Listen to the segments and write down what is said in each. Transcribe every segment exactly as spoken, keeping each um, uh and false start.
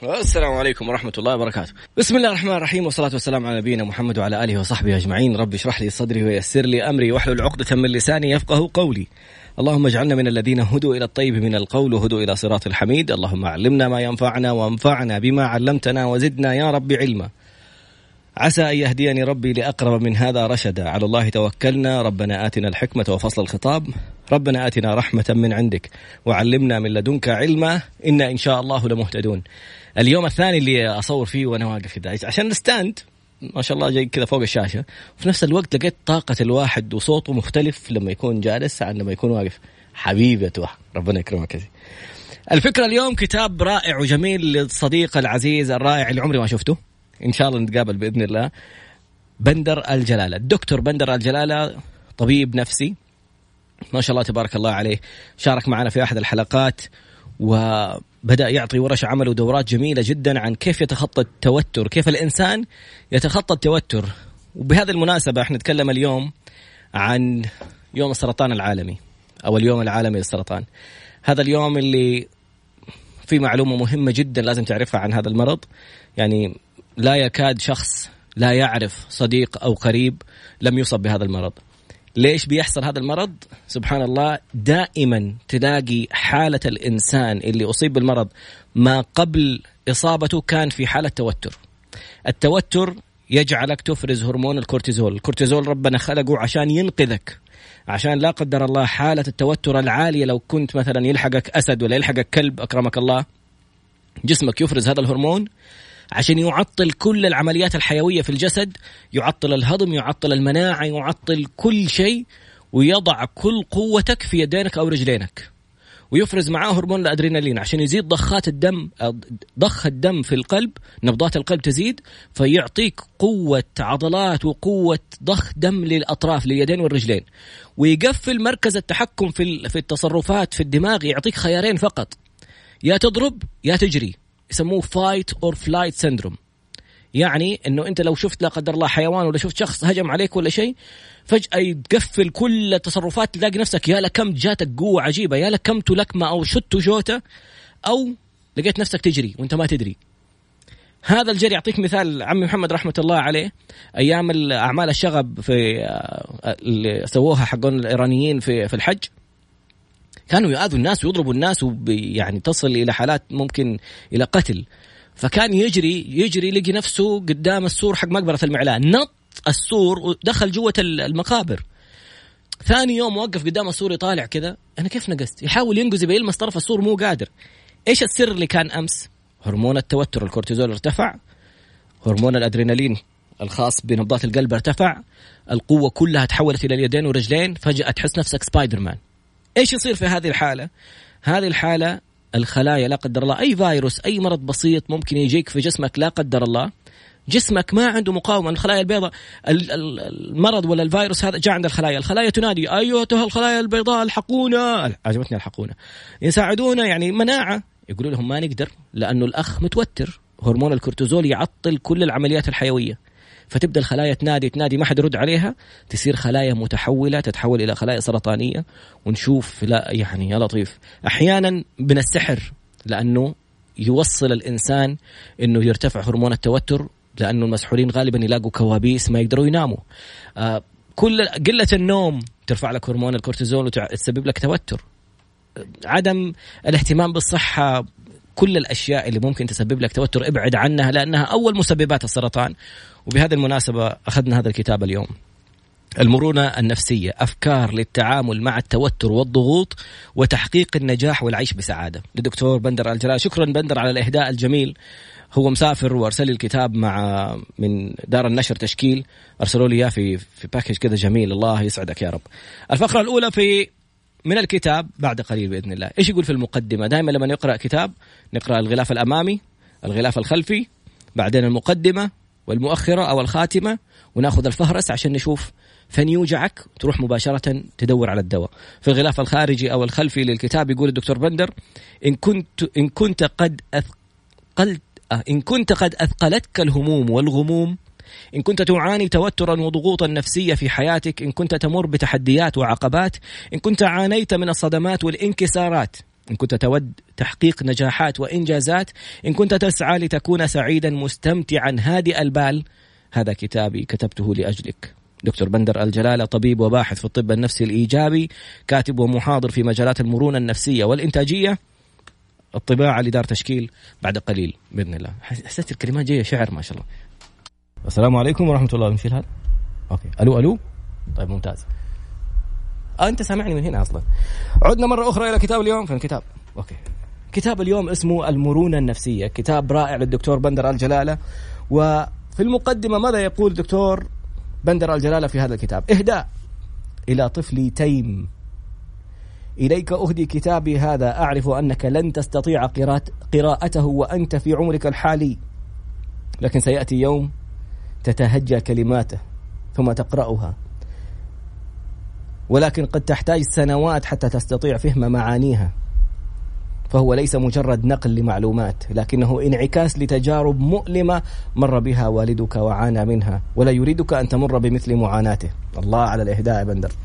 السلام عليكم ورحمة الله وبركاته. بسم الله الرحمن الرحيم، والصلاة والسلام على نبينا محمد وعلى آله وصحبه أجمعين. رب اشرح لي صدري ويسر لي أمري واحلل عقدة من لساني يفقه قولي. اللهم اجعلنا من الذين هدوا إلى الطيب من القول وهدوا إلى صراط الحميد. اللهم علمنا ما ينفعنا وانفعنا بما علمتنا وزدنا يا رب علما. عسى أن يهديني ربي لأقرب من هذا رشدا. على الله توكلنا. ربنا آتنا الحكمة وفصل الخطاب. ربنا آتنا رحمة من عندك وعلمنا من لدنك علما إنا إن شاء الله لمهتدون. اليوم الثاني اللي أصور فيه وأنا واقف كده عشان الستاند ما شاء الله جاي كذا فوق الشاشة، وفي نفس الوقت لقيت طاقة الواحد وصوته مختلف لما يكون جالس عن لما يكون واقف. حبيبته ربنا يكرمك. الفكرة اليوم كتاب رائع وجميل للصديق العزيز الرائع اللي عمري ما شفته، إن شاء الله نتقابل بإذن الله. بندر الجلالة، الدكتور بندر الجلالة طبيب نفسي ما شاء الله تبارك الله عليه. شارك معنا في أحد الحلقات وبدأ يعطي ورش عمل ودورات جميلة جدا عن كيف يتخطى التوتر، كيف الإنسان يتخطى التوتر. وبهذه المناسبة احنا نتكلم اليوم عن يوم السرطان العالمي أو اليوم العالمي للسرطان. هذا اليوم اللي فيه معلومة مهمة جدا لازم تعرفها عن هذا المرض. يعني لا يكاد شخص لا يعرف صديق أو قريب لم يصب بهذا المرض. ليش بيحصل هذا المرض؟ سبحان الله، دائما تلاقي حالة الإنسان اللي أصيب بالمرض ما قبل إصابته كان في حالة توتر. التوتر يجعلك تفرز هرمون الكورتيزول. الكورتيزول ربنا خلقه عشان ينقذك، عشان لا قدر الله حالة التوتر العالية لو كنت مثلا يلحقك أسد ولا يلحقك كلب أكرمك الله، جسمك يفرز هذا الهرمون عشان يعطل كل العمليات الحيوية في الجسد، يعطل الهضم، يعطل المناعة، يعطل كل شيء، ويضع كل قوتك في يدينك أو رجلينك. ويفرز معاه هرمون الأدرينالين عشان يزيد ضخات الدم، ضخ الدم في القلب، نبضات القلب تزيد، فيعطيك قوة عضلات وقوة ضخ دم للأطراف لليدين والرجلين. ويقفل مركز التحكم في في التصرفات في الدماغ، يعطيك خيارين فقط، يا تضرب يا تجري. يسموه fight or flight syndrome. يعني انه انت لو شفت لا قدر الله حيوان ولا شفت شخص هجم عليك ولا شيء، فجأة يتقفل كل التصرفات، تلاقي نفسك يا لكم جاتك قوة عجيبة، يا لكم لكمة أو شت شوتة، أو لقيت نفسك تجري وانت ما تدري. هذا الجري يعطيك مثال عمي محمد رحمة الله عليه، أيام الأعمال الشغب في اللي سووها حقون الإيرانيين في في الحج، كانوا يؤذوا الناس ويضربوا الناس ويعني تصل إلى حالات ممكن إلى قتل. فكان يجري يجري لقي نفسه قدام السور حق مقبرة المعلاء، نط السور ودخل جوة المقابر. ثاني يوم وقف قدام السور يطالع كذا، أنا كيف نقصت؟ يحاول ينقذ بيلمس طرف السور مو قادر. إيش السر اللي كان أمس؟ هرمون التوتر الكورتيزول ارتفع، هرمون الأدرينالين الخاص بنبضات القلب ارتفع، القوة كلها تحولت إلى اليدين والرجلين، فجأة تحس نفسك سبايدر مان. إيش يصير في هذه الحالة؟ هذه الحالة الخلايا لا قدر الله، أي فيروس أي مرض بسيط ممكن يجيك في جسمك لا قدر الله، جسمك ما عنده مقاومة. الخلايا البيضاء، المرض ولا الفيروس هذا جاء عند الخلايا، الخلايا تنادي أيها الخلايا البيضاء الحقونا، عجبتني الحقونا، يساعدونا، يعني مناعة. يقولوا لهم ما نقدر لأنه الأخ متوتر، هرمون الكورتيزول يعطل كل العمليات الحيوية. فتبدأ الخلايا تنادي تنادي ما حد يرد عليها، تصير خلايا متحولة، تتحول إلى خلايا سرطانية. ونشوف لا يعني يا لطيف أحيانا من السحر، لأنه يوصل الإنسان إنه يرتفع هرمون التوتر، لأنه المسحورين غالبا يلاقوا كوابيس ما يقدروا يناموا. آه كل قلة النوم ترفع لك هرمون الكورتيزول وتسبب لك توتر. عدم الاهتمام بالصحة، كل الأشياء اللي ممكن تسبب لك توتر ابعد عنها، لأنها أول مسببات السرطان. وبهذه المناسبة أخذنا هذا الكتاب اليوم، المرونة النفسية، أفكار للتعامل مع التوتر والضغوط وتحقيق النجاح والعيش بسعادة، لدكتور بندر الجلال. شكرا بندر على الإهداء الجميل. هو مسافر وأرسل لي الكتاب مع من دار النشر تشكيل، أرسلوا لي إياه في في باكج كذا جميل. الله يسعدك يا رب. الفقرة الأولى في من الكتاب بعد قليل بإذن الله. إيش يقول في المقدمة؟ دائما لما نقرأ كتاب نقرأ الغلاف الأمامي، الغلاف الخلفي، بعدين المقدمة والمؤخرة أو الخاتمة، ونأخذ الفهرس عشان نشوف فين يوجعك تروح مباشرة تدور على الدواء. في الغلاف الخارجي أو الخلفي للكتاب يقول الدكتور بندر: إن كنت إن كنت قد أثقلت إن كنت قد أثقلتك الهموم والغموم، إن كنت تعاني توترا وضغوطا نفسية في حياتك، إن كنت تمر بتحديات وعقبات، إن كنت عانيت من الصدمات والانكسارات إن كنت تود تحقيق نجاحات وإنجازات، إن كنت تسعى لتكون سعيدا مستمتعا هادئ البال، هذا كتابي كتبته لأجلك. دكتور بندر الجلالة، طبيب وباحث في الطب النفسي الإيجابي، كاتب ومحاضر في مجالات المرونة النفسية والإنتاجية. الطباعة لدار تشكيل بعد قليل بإذن الله. حسيت الكلمات جاية شعر ما شاء الله. السلام عليكم ورحمة الله. نشيل هذا. أوكي. ألو ألو. طيب ممتاز. آه أنت سامعني من هنا أصلا. عدنا مرة أخرى إلى كتاب اليوم. في الكتاب. أوكي. كتاب اليوم اسمه المرونة النفسية، كتاب رائع للدكتور بندر الجلالة. وفي المقدمة ماذا يقول الدكتور بندر الجلالة في هذا الكتاب؟ إهداء إلى طفلي تيم، إليك أهدي كتابي هذا، أعرف أنك لن تستطيع قراءته وأنت في عمرك الحالي، لكن سيأتي يوم تتهجى كلماته ثم تقرأها، ولكن قد تحتاج سنوات حتى تستطيع فهم معانيها. فهو ليس مجرد نقل لمعلومات، لكنه انعكاس لتجارب مؤلمة مر بها والدك وعانى منها، ولا يريدك أن تمر بمثل معاناته. الله على الإهداء يا بندر.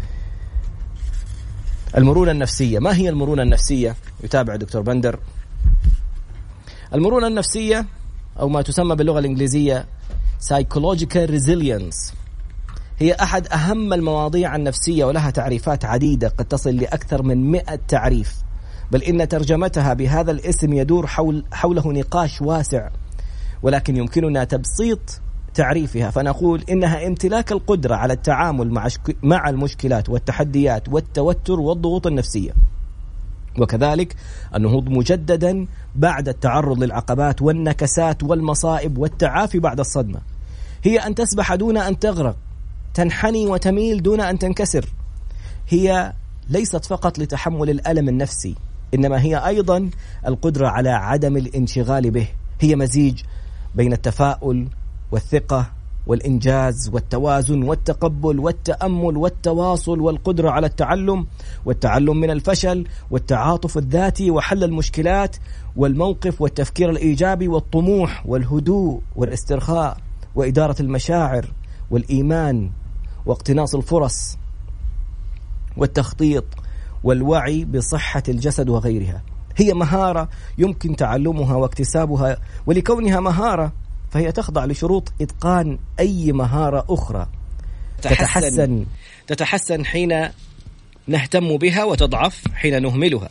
المرونة النفسية. ما هي المرونة النفسية؟ يتابع دكتور بندر. المرونة النفسية أو ما تسمى باللغة الإنجليزية psychological resilience هي أحد أهم المواضيع النفسية، ولها تعريفات عديدة قد تصل لأكثر من مئة تعريف، بل إن ترجمتها بهذا الاسم يدور حول حوله نقاش واسع، ولكن يمكننا تبسيط تعريفها فنقول إنها امتلاك القدرة على التعامل مع مع المشكلات والتحديات والتوتر والضغوط النفسية، وكذلك النهوض مجددا بعد التعرض للعقبات والنكسات والمصائب والتعافي بعد الصدمة. هي أن تسبح دون أن تغرق، تنحني وتميل دون أن تنكسر. هي ليست فقط لتحمل الألم النفسي، إنما هي أيضا القدرة على عدم الانشغال به. هي مزيج بين التفاؤل والثقة والإنجاز والتوازن والتقبل والتأمل والتواصل والقدرة على التعلم والتعلم من الفشل والتعاطف الذاتي وحل المشكلات والموقف والتفكير الإيجابي والطموح والهدوء والاسترخاء وإدارة المشاعر والإيمان واقتناص الفرص والتخطيط والوعي بصحة الجسد وغيرها. هي مهارة يمكن تعلمها واكتسابها، ولكونها مهارة فهي تخضع لشروط إتقان أي مهارة أخرى. تتحسن تتحسن حين نهتم بها وتضعف حين نهملها،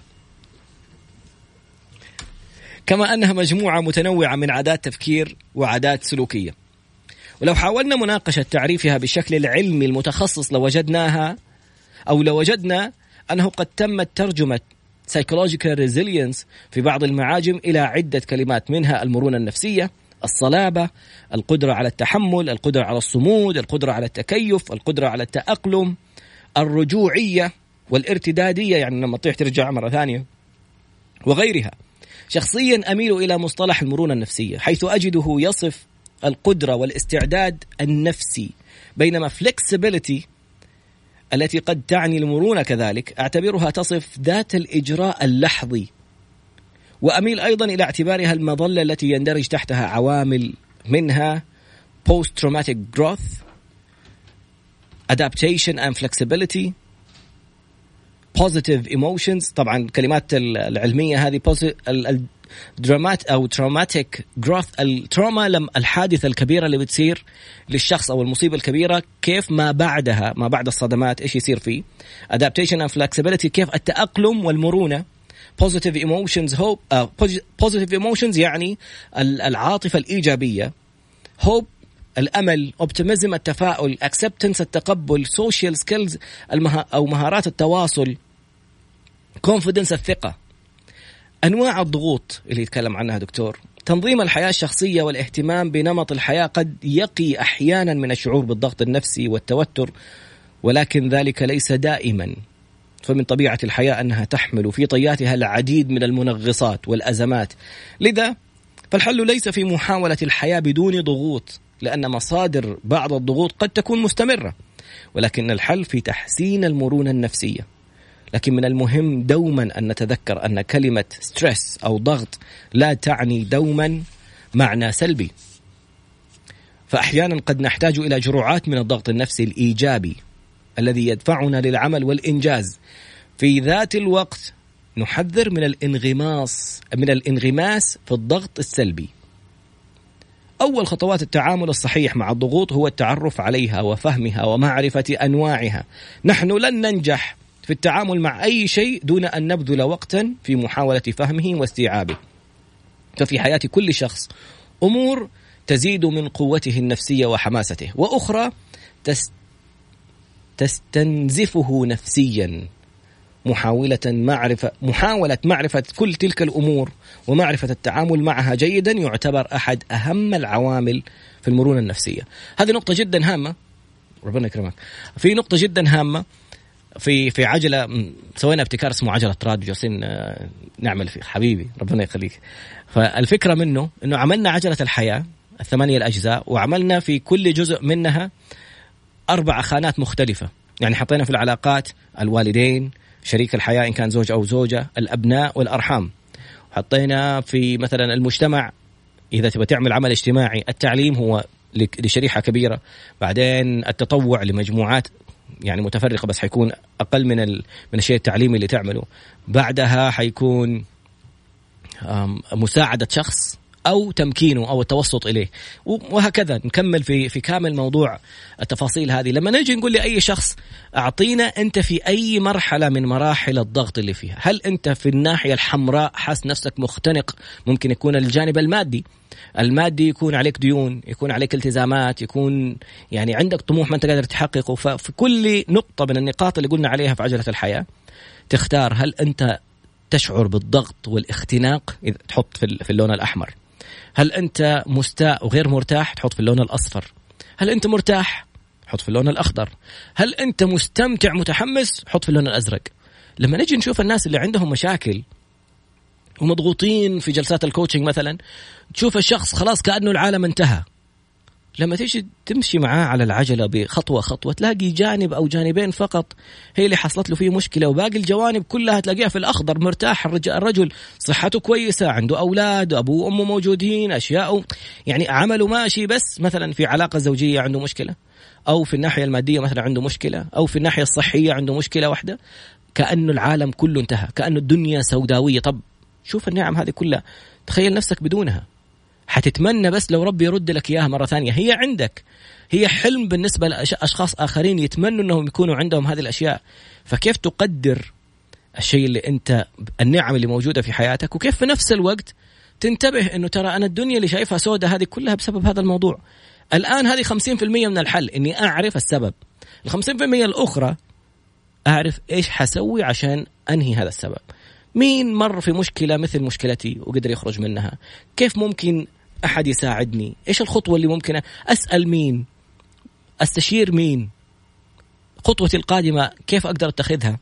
كما أنها مجموعة متنوعة من عادات تفكير وعادات سلوكية. ولو حاولنا مناقشة تعريفها بالشكل العلمي المتخصص لوجدناها أو لوجدنا أنه قد تمت ترجمة psychological resilience في بعض المعاجم إلى عدة كلمات، منها المرونة النفسية، الصلابة، القدرة على التحمل، القدرة على الصمود، القدرة على التكيف، القدرة على التأقلم، الرجوعية والارتدادية، يعني لما تطيح ترجع مرة ثانية، وغيرها. شخصيا أميل إلى مصطلح المرونة النفسية، حيث أجده يصف القدرة والاستعداد النفسي، بينما flexibility التي قد تعني المرونة كذلك أعتبرها تصف ذات الإجراء اللحظي. وأميل أيضا إلى اعتبارها المظلة التي يندرج تحتها عوامل، منها post-traumatic growth, adaptation and flexibility, positive emotions. طبعا الكلمات العلمية هذه درامات أو traumatic growth، التروما لم الحادثة الكبيرة اللي بتصير للشخص أو المصيبة الكبيرة، كيف ما بعدها ما بعد الصدمات إيش يصير فيه. adaptation and flexibility كيف التأقلم والمرونة. positive emotions hope uh, positive emotions يعني العاطفة الإيجابية. hope الأمل، optimism التفاؤل، acceptance التقبل، social skills المها أو مهارات التواصل، confidence الثقة. أنواع الضغوط اللي يتكلم عنها دكتور: تنظيم الحياة الشخصية والاهتمام بنمط الحياة قد يقي أحيانا من الشعور بالضغط النفسي والتوتر، ولكن ذلك ليس دائما. فمن طبيعة الحياة أنها تحمل في طياتها العديد من المنغصات والأزمات، لذا فالحل ليس في محاولة الحياة بدون ضغوط، لأن مصادر بعض الضغوط قد تكون مستمرة، ولكن الحل في تحسين المرونة النفسية. لكن من المهم دوما أن نتذكر أن كلمة ستريس أو ضغط لا تعني دوما معنى سلبي، فأحيانا قد نحتاج إلى جرعات من الضغط النفسي الإيجابي الذي يدفعنا للعمل والإنجاز. في ذات الوقت نحذر من الانغماس من الانغماس في الضغط السلبي. أول خطوات التعامل الصحيح مع الضغوط هو التعرف عليها وفهمها ومعرفة أنواعها. نحن لن ننجح في التعامل مع أي شيء دون أن نبذل وقتا في محاولة فهمه واستيعابه. ففي حياة كل شخص أمور تزيد من قوته النفسية وحماسته، وأخرى تستنزفه نفسيا. محاولة معرفة محاولة معرفة كل تلك الأمور ومعرفة التعامل معها جيدا يعتبر أحد أهم العوامل في المرونة النفسية. هذه نقطة جدا هامة، ربنا يكرمك. في نقطة جدا هامة في في عجلة سوينا ابتكار اسمه عجلة راد، جالسين نعمل فيه حبيبي ربنا يخليك. فالفكرة منه إنه عملنا عجلة الحياة الثمانية الأجزاء، وعملنا في كل جزء منها أربع خانات مختلفة. يعني حطينا في العلاقات الوالدين، شريك الحياة إن كان زوج أو زوجة، الأبناء والأرحام. حطينا في مثلا المجتمع إذا تبغى تعمل عمل اجتماعي، التعليم هو لشريحة كبيرة، بعدين التطوع لمجموعات يعني متفرقة بس حيكون أقل من ال... من الشيء التعليمي اللي تعمله، بعدها حيكون مساعدة شخص أو تمكينه أو التوسط إليه، وهكذا نكمل في في كامل موضوع التفاصيل هذه. لما نجي نقول لأي شخص أعطينا أنت في أي مرحلة من مراحل الضغط اللي فيها، هل أنت في الناحية الحمراء حاس نفسك مختنق؟ ممكن يكون الجانب المادي، المادي يكون عليك ديون، يكون عليك التزامات، يكون يعني عندك طموح ما أنت قادر تحققه. ففي كل نقطة من النقاط اللي قلنا عليها في عجلة الحياة تختار، هل أنت تشعر بالضغط والاختناق؟ إذا تحط في اللون الأحمر. هل أنت مستاء وغير مرتاح؟ تحط في اللون الأصفر. هل أنت مرتاح؟ حط في اللون الأخضر. هل أنت مستمتع متحمس؟ حط في اللون الأزرق. لما نجي نشوف الناس اللي عندهم مشاكل ومضغوطين في جلسات الكوتشنج مثلا، تشوف الشخص خلاص كأنه العالم انتهى. لما تيجي تمشي معاه على العجلة بخطوة خطوة تلاقي جانب أو جانبين فقط هي اللي حصلت له فيه مشكلة، وباقي الجوانب كلها تلاقيها في الأخضر، مرتاح. الرجل صحته كويسة، عنده أولاد، أبوه وأمه موجودين، أشياء يعني عمله ماشي، بس مثلا في علاقة زوجية عنده مشكلة، أو في الناحية المادية مثلا عنده مشكلة، أو في الناحية الصحية عنده مشكلة واحدة، كأنه العالم كله انتهى، كأنه الدنيا سوداوية. طب شوف النعم هذه كلها، تخيل نفسك بدونها. حتتمنى بس لو ربي يرد لك إياها مرة ثانية. هي عندك، هي حلم بالنسبة لأشخاص آخرين يتمنوا أنهم يكونوا عندهم هذه الأشياء. فكيف تقدر الشيء اللي أنت، النعم اللي موجودة في حياتك، وكيف في نفس الوقت تنتبه أنه ترى أنا الدنيا اللي شايفها سودة هذه كلها بسبب هذا الموضوع. الآن هذه خمسين بالمئة من الحل، إني أعرف السبب. الخمسين بالمئة الأخرى أعرف إيش حسوي عشان أنهي هذا السبب. مين مر في مشكلة مثل مشكلتي وقدر يخرج منها؟ كيف ممكن أحد يساعدني؟ إيش الخطوة اللي ممكن أسأل مين؟ أستشير مين؟ خطوتي القادمة كيف أقدر أتخذها؟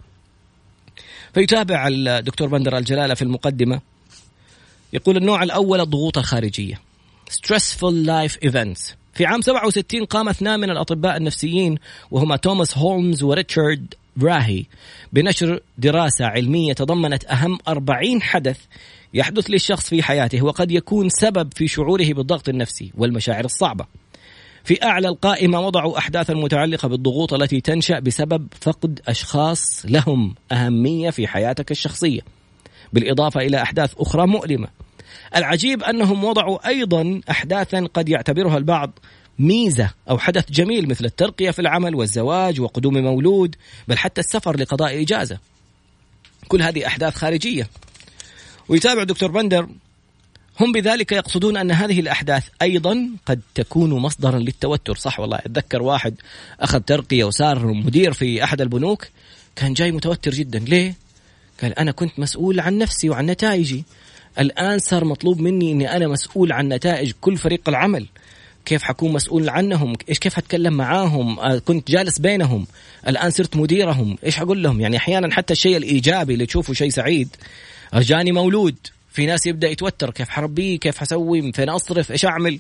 فيتابع الدكتور بندر الجلالة في المقدمة يقول: النوع الأول الضغوط الخارجية stressful life events. في عام سبعة وستين قام اثنان من الأطباء النفسيين وهما توماس هولمز وريتشارد براهي بنشر دراسة علمية تضمنت أهم أربعين حدث يحدث للشخص في حياته وقد يكون سبب في شعوره بالضغط النفسي والمشاعر الصعبة. في أعلى القائمة وضعوا أحداثا متعلقة بالضغوط التي تنشأ بسبب فقد أشخاص لهم أهمية في حياتك الشخصية، بالإضافة إلى أحداث أخرى مؤلمة. العجيب أنهم وضعوا أيضا أحداثا قد يعتبرها البعض ميزة أو حدث جميل، مثل الترقية في العمل والزواج وقدوم مولود، بل حتى السفر لقضاء إجازة. كل هذه أحداث خارجية. ويتابع دكتور بندر: هم بذلك يقصدون أن هذه الأحداث أيضا قد تكون مصدرا للتوتر. صح والله، أتذكر واحد أخذ ترقية وصار مدير في أحد البنوك، كان جاي متوتر جدا. ليه؟ قال: أنا كنت مسؤول عن نفسي وعن نتائجي، الآن صار مطلوب مني أني أنا مسؤول عن نتائج كل فريق العمل. كيف حكون مسؤول عنهم؟ إيش كيف هتكلم معاهم؟ كنت جالس بينهم، الآن صرت مديرهم، إيش هقول لهم؟ يعني أحيانا حتى الشيء الإيجابي اللي تشوفه شيء سعيد، رجاني مولود، في ناس يبدأ يتوتر، كيف حربيه، كيف حسوي، فين أصرف، إيش أعمل؟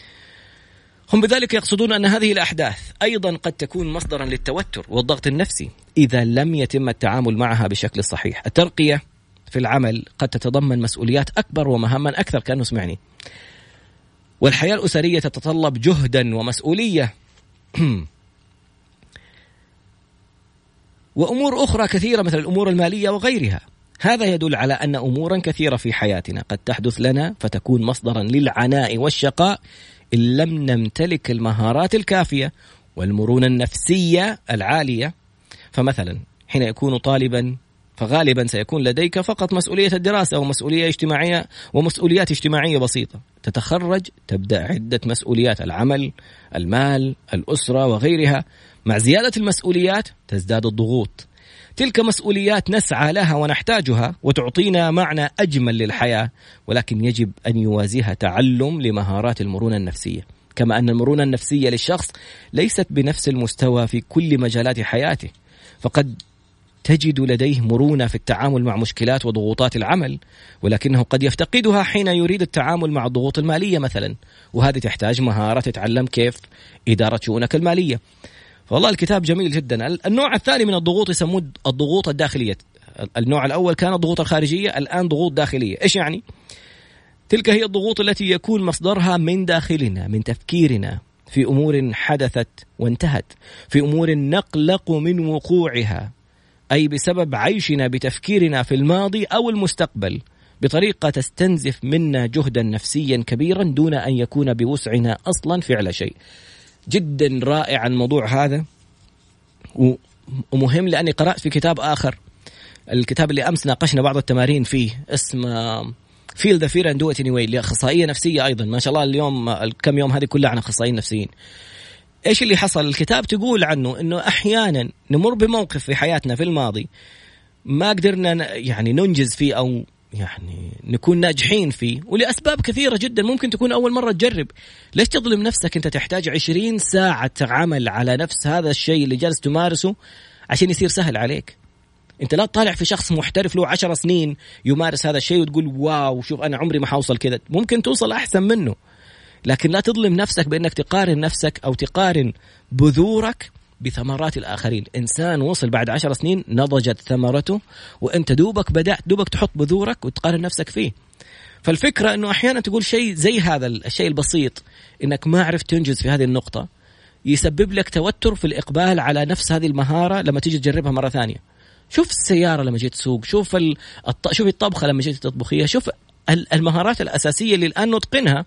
هم بذلك يقصدون أن هذه الأحداث أيضا قد تكون مصدرا للتوتر والضغط النفسي إذا لم يتم التعامل معها بشكل صحيح. الترقية في العمل قد تتضمن مسؤوليات أكبر ومهاما أكثر، كأنه سمعني، والحياة الأسرية تتطلب جهدا ومسؤولية وأمور أخرى كثيرة مثل الأمور المالية وغيرها. هذا يدل على أن أمورا كثيرة في حياتنا قد تحدث لنا فتكون مصدرا للعناء والشقاء إن لم نمتلك المهارات الكافية والمرونة النفسية العالية. فمثلا حين يكون طالبا فغالبا سيكون لديك فقط مسؤولية الدراسة ومسؤولية اجتماعية ومسؤوليات اجتماعية بسيطة. تتخرج تبدأ عدة مسؤوليات: العمل، المال، الأسرة وغيرها. مع زيادة المسؤوليات تزداد الضغوط. تلك مسؤوليات نسعى لها ونحتاجها وتعطينا معنى أجمل للحياة، ولكن يجب أن يوازيها تعلم لمهارات المرونة النفسية. كما أن المرونة النفسية للشخص ليست بنفس المستوى في كل مجالات حياته، فقد تجد لديه مرونة في التعامل مع مشكلات وضغوطات العمل، ولكنه قد يفتقدها حين يريد التعامل مع الضغوط المالية مثلا، وهذه تحتاج مهارة تتعلم كيف إدارة شؤونك المالية. والله الكتاب جميل جدا. النوع الثاني من الضغوط يسموه الضغوط الداخلية. النوع الأول كان الضغوط الخارجية، الآن ضغوط داخلية. إيش يعني؟ تلك هي الضغوط التي يكون مصدرها من داخلنا، من تفكيرنا في أمور حدثت وانتهت، في أمور نقلق من وقوعها، أي بسبب عيشنا بتفكيرنا في الماضي أو المستقبل بطريقة تستنزف منا جهدا نفسيا كبيرا دون أن يكون بوسعنا أصلا فعل شيء. جدا رائع الموضوع هذا ومهم، لأني قرأت في كتاب آخر، الكتاب اللي أمس ناقشنا بعض التمارين فيه، اسمه Feel the Fear and Do It Anyway، لأخصائية نفسية أيضا. ما شاء الله اليوم الكم يوم هذه كلها عن أخصائيين نفسيين. إيش اللي حصل؟ الكتاب تقول عنه إنه أحيانا نمر بموقف في حياتنا في الماضي ما قدرنا يعني ننجز فيه أو يعني نكون ناجحين فيه، ولأسباب كثيرة جدا. ممكن تكون أول مرة تجرب. ليش تظلم نفسك؟ أنت تحتاج عشرين ساعة عمل على نفس هذا الشيء اللي جالس تمارسه عشان يصير سهل عليك. أنت لا تطالع في شخص محترف له عشر سنين يمارس هذا الشيء وتقول واو شوف أنا عمري ما حوصل كذا. ممكن توصل أحسن منه، لكن لا تظلم نفسك بأنك تقارن نفسك أو تقارن بذورك بثمرات الآخرين. إنسان وصل بعد عشر سنين نضجت ثمرته، وأنت دوبك بدأت دوبك تحط بذورك وتقارن نفسك فيه. فالفكرة أنه أحيانا تقول شيء زي هذا الشيء البسيط، إنك ما عرفت تنجز في هذه النقطة، يسبب لك توتر في الإقبال على نفس هذه المهارة لما تيجي تجربها مرة ثانية. شوف السيارة لما جيت تسوق، شوف الط... شوف الطبخة لما جيت تطبخيها، شوف المهارات الأساسية اللي الآن نتقنها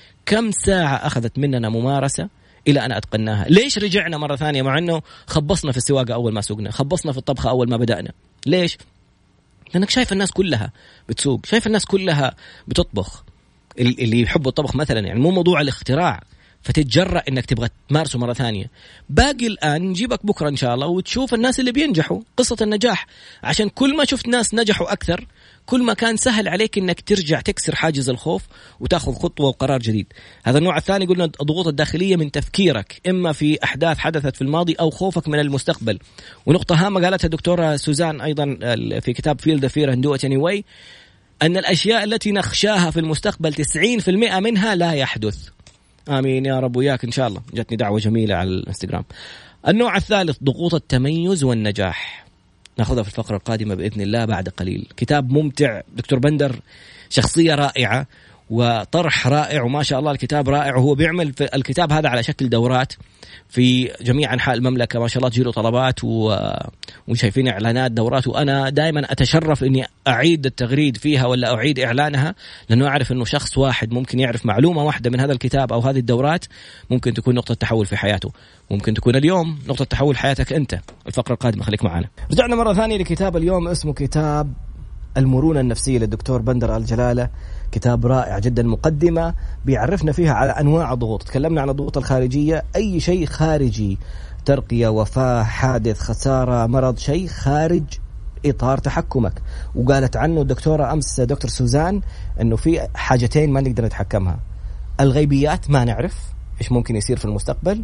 كم ساعة أخذت مننا ممارسة إلى أن أتقناها. ليش رجعنا مرة ثانية مع أنه خبصنا في السواقة أول ما سوقنا، خبصنا في الطبخة أول ما بدأنا؟ ليش؟ لأنك شايف الناس كلها بتسوق، شايف الناس كلها بتطبخ، اللي يحبوا الطبخ مثلا، يعني مو موضوع الاختراع، فتتجرأ إنك تبغى تمارسه مرة ثانية. باقي الآن نجيبك بكرة إن شاء الله وتشوف الناس اللي بينجحوا، قصة النجاح، عشان كل ما شفت ناس نجحوا أكثر كل ما كان سهل عليك إنك ترجع تكسر حاجز الخوف وتأخذ خطوة وقرار جديد. هذا النوع الثاني قلنا الضغوط الداخلية من تفكيرك إما في أحداث حدثت في الماضي أو خوفك من المستقبل. ونقطة هامة قالتها الدكتورة سوزان أيضا في كتاب Feel the Fear and Do It Anyway، أن الأشياء التي نخشاها في المستقبل تسعين في المئة منها لا يحدث. آمين يا رب وياك إن شاء الله. جاتني دعوة جميلة على الانستغرام. النوع الثالث ضغوط التميز والنجاح، ناخذها في الفقرة القادمة بإذن الله بعد قليل. كتاب ممتع، دكتور بندر شخصية رائعة وطرح رائع وما شاء الله الكتاب رائع. وهو بيعمل في الكتاب هذا على شكل دورات في جميع أنحاء المملكة، ما شاء الله تجيله طلبات و... وشايفين إعلانات دورات، وأنا دائما أتشرف إني أعيد التغريد فيها ولا أعيد إعلانها، لأنه أعرف إنه شخص واحد ممكن يعرف معلومة واحدة من هذا الكتاب أو هذه الدورات ممكن تكون نقطة تحول في حياته، ممكن تكون اليوم نقطة تحول حياتك أنت. الفقرة القادمة خليك معنا. رجعنا مرة ثانية لكتاب اليوم، اسمه كتاب المرونة النفسية للدكتور بندر الجلالة. كتاب رائع جدا، مقدمة بيعرفنا فيها على أنواع الضغوط. تكلمنا عن الضغوط الخارجية، أي شيء خارجي، ترقية، وفاة، حادث، خسارة، مرض، شيء خارج إطار تحكمك. وقالت عنه الدكتورة أمس دكتور سوزان أنه في حاجتين ما نقدر نتحكمها: الغيبيات، ما نعرف إيش ممكن يصير في المستقبل،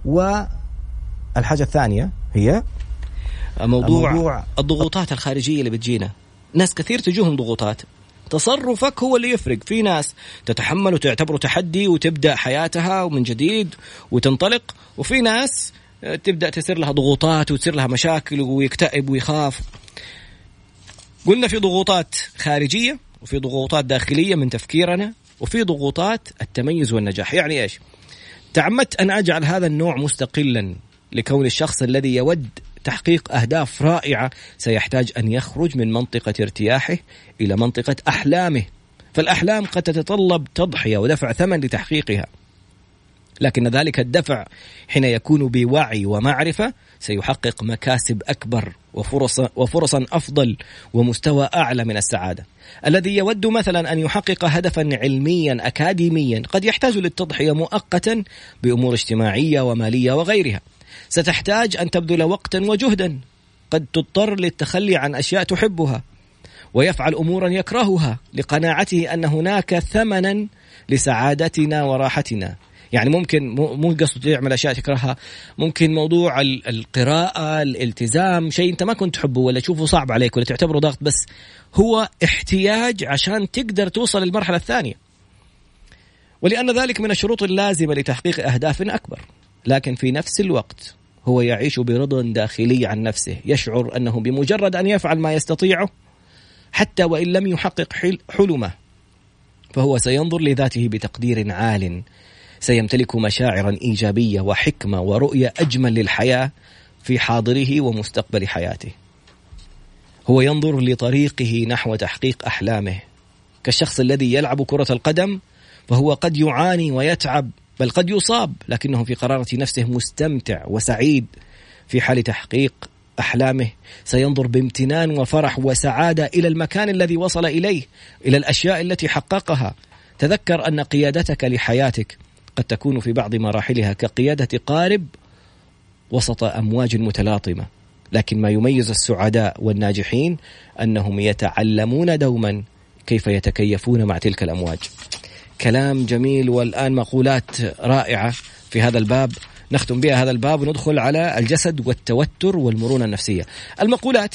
والحاجة الثانية هي موضوع, موضوع الضغوطات الخارجية اللي بتجينا. ناس كثير تجوهم ضغوطات، تصرفك هو اللي يفرق. في ناس تتحمل وتعتبره تحدي وتبدأ حياتها ومن جديد وتنطلق، وفي ناس تبدأ تصير لها ضغوطات وتصير لها مشاكل ويكتئب ويخاف. قلنا في ضغوطات خارجية وفي ضغوطات داخلية من تفكيرنا وفي ضغوطات التميز والنجاح. يعني إيش؟ تعمدت أن أجعل هذا النوع مستقلا لكون الشخص الذي يود تحقيق أهداف رائعة سيحتاج أن يخرج من منطقة ارتياحه إلى منطقة أحلامه، فالأحلام قد تتطلب تضحية ودفع ثمن لتحقيقها، لكن ذلك الدفع حين يكون بوعي ومعرفة سيحقق مكاسب أكبر وفرص وفرصا أفضل ومستوى أعلى من السعادة. الذي يود مثلا أن يحقق هدفا علميا أكاديميا قد يحتاج للتضحية مؤقتا بأمور اجتماعية ومالية وغيرها، ستحتاج أن تبذل وقتا وجهدا، قد تضطر للتخلي عن أشياء تحبها ويفعل أمورا يكرهها لقناعته أن هناك ثمنا لسعادتنا وراحتنا. يعني ممكن مو قصد يعمل أشياء تكرهها، ممكن موضوع القراءة، الالتزام، شيء أنت ما كنت تحبه ولا تشوفه صعب عليك ولا تعتبره ضغط، بس هو احتياج عشان تقدر توصل للمرحلة الثانية، ولأن ذلك من الشروط اللازمة لتحقيق أهداف أكبر. لكن في نفس الوقت هو يعيش برضا داخلي عن نفسه، يشعر أنه بمجرد أن يفعل ما يستطيعه حتى وإن لم يحقق حلمه فهو سينظر لذاته بتقدير عال، سيمتلك مشاعرا إيجابية وحكمة ورؤية أجمل للحياة في حاضره ومستقبل حياته. هو ينظر لطريقه نحو تحقيق أحلامه كالشخص الذي يلعب كرة القدم، فهو قد يعاني ويتعب بل قد يصاب، لكنه في قرارة نفسه مستمتع وسعيد. في حال تحقيق أحلامه سينظر بامتنان وفرح وسعادة إلى المكان الذي وصل إليه، إلى الأشياء التي حققها. تذكر أن قيادتك لحياتك قد تكون في بعض مراحلها كقيادة قارب وسط أمواج متلاطمة، لكن ما يميز السعداء والناجحين أنهم يتعلمون دوما كيف يتكيفون مع تلك الأمواج. كلام جميل، والآن مقولات رائعة في هذا الباب نختم بها هذا الباب وندخل على الجسد والتوتر والمرونة النفسية. المقولات: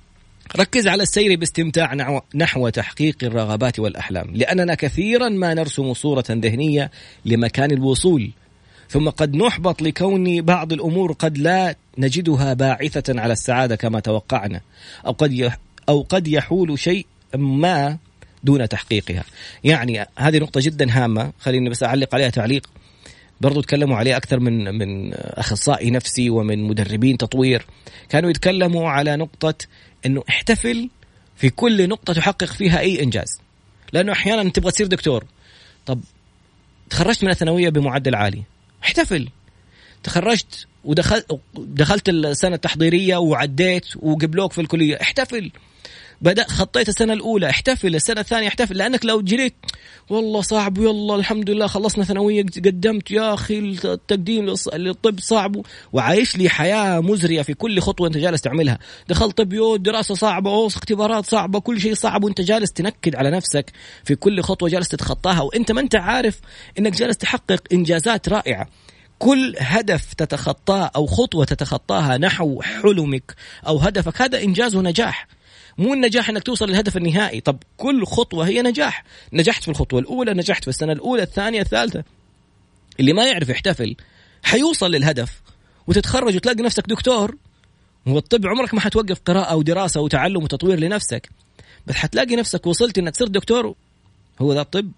ركز على السير باستمتاع نحو تحقيق الرغبات والأحلام، لأننا كثيرا ما نرسم صورة ذهنية لمكان الوصول، ثم قد نحبط لكون بعض الأمور قد لا نجدها باعثة على السعادة كما توقعنا، أو قد أو قد يحول شيء ما دون تحقيقها. يعني هذه نقطة جدا هامة، خليني بس أعلق عليها تعليق برضو تكلموا عليه أكثر من من أخصائي نفسي ومن مدربين تطوير، كانوا يتكلموا على نقطة إنه احتفل في كل نقطة تحقق فيها أي إنجاز، لأنه أحيانا تبغى تصير دكتور، طب تخرجت من الثانوية بمعدل عالي، احتفل. تخرجت ودخلت دخلت السنة التحضيرية وعديت وقبلوك في الكلية، احتفل. بدأ خطيت السنة الأولى، احتفل. السنة الثانية احتفل، لأنك لو جريت والله صعب، يلا الحمد لله خلصنا ثانوية قدمت، يا أخي التقديم للطب صعب، وعايش لي حياة مزرية في كل خطوة أنت جالس تعملها. دخلت طب، يو دراسة صعبة، أو اختبارات صعبة، كل شيء صعب، وأنت جالس تنكد على نفسك في كل خطوة جالس تتخطاها، وأنت ما أنت عارف أنك جالس تحقق إنجازات رائعة. كل هدف تتخطاه أو خطوة تتخطاها نحو حلمك أو هدفك هذا إنجاز ونجاح. مو النجاح انك توصل للهدف النهائي، طب كل خطوة هي نجاح. نجحت في الخطوة الأولى، نجحت في السنة الأولى، الثانية، الثالثة. اللي ما يعرف يحتفل حيوصل للهدف وتتخرج وتلاقي نفسك دكتور. والطب عمرك ما حتوقف قراءة ودراسة وتعلم وتطوير لنفسك، بس حتلاقي نفسك وصلت انك صرت دكتور. هو ذا الطب؟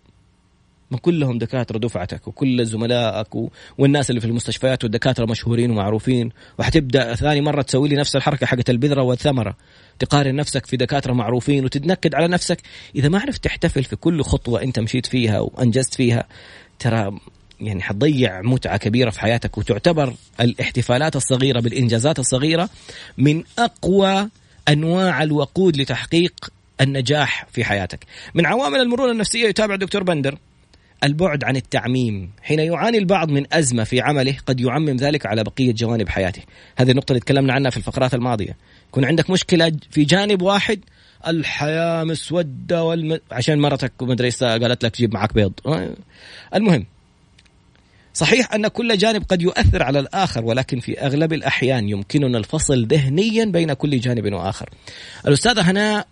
ما كلهم دكاترة دفعتك وكل زملائك و... والناس اللي في المستشفيات والدكاترة مشهورين ومعروفين، وحتبدأ ثاني مرة تسوي لي نفس الحركة حقت البذرة والثمرة، تقارن نفسك في دكاترة معروفين وتتنكد على نفسك. إذا ما عرفت تحتفل في كل خطوة أنت مشيت فيها وأنجزت فيها، ترى يعني حتضيع متعة كبيرة في حياتك. وتعتبر الاحتفالات الصغيرة بالإنجازات الصغيرة من أقوى أنواع الوقود لتحقيق النجاح في حياتك. من عوامل المرونة النفسية يتابع دكتور بندر البعد عن التعميم. حين يعاني البعض من أزمة في عمله قد يعمم ذلك على بقية جوانب حياته. هذه النقطة اللي تكلمنا عنها في الفقرات الماضية. يكون عندك مشكلة في جانب واحد، الحياة مسودة والم... عشان مرتك ومدرسة قالت لك جيب معك بيض. المهم، صحيح أن كل جانب قد يؤثر على الآخر، ولكن في أغلب الأحيان يمكننا الفصل ذهنيا بين كل جانب وآخر. الأستاذة هناء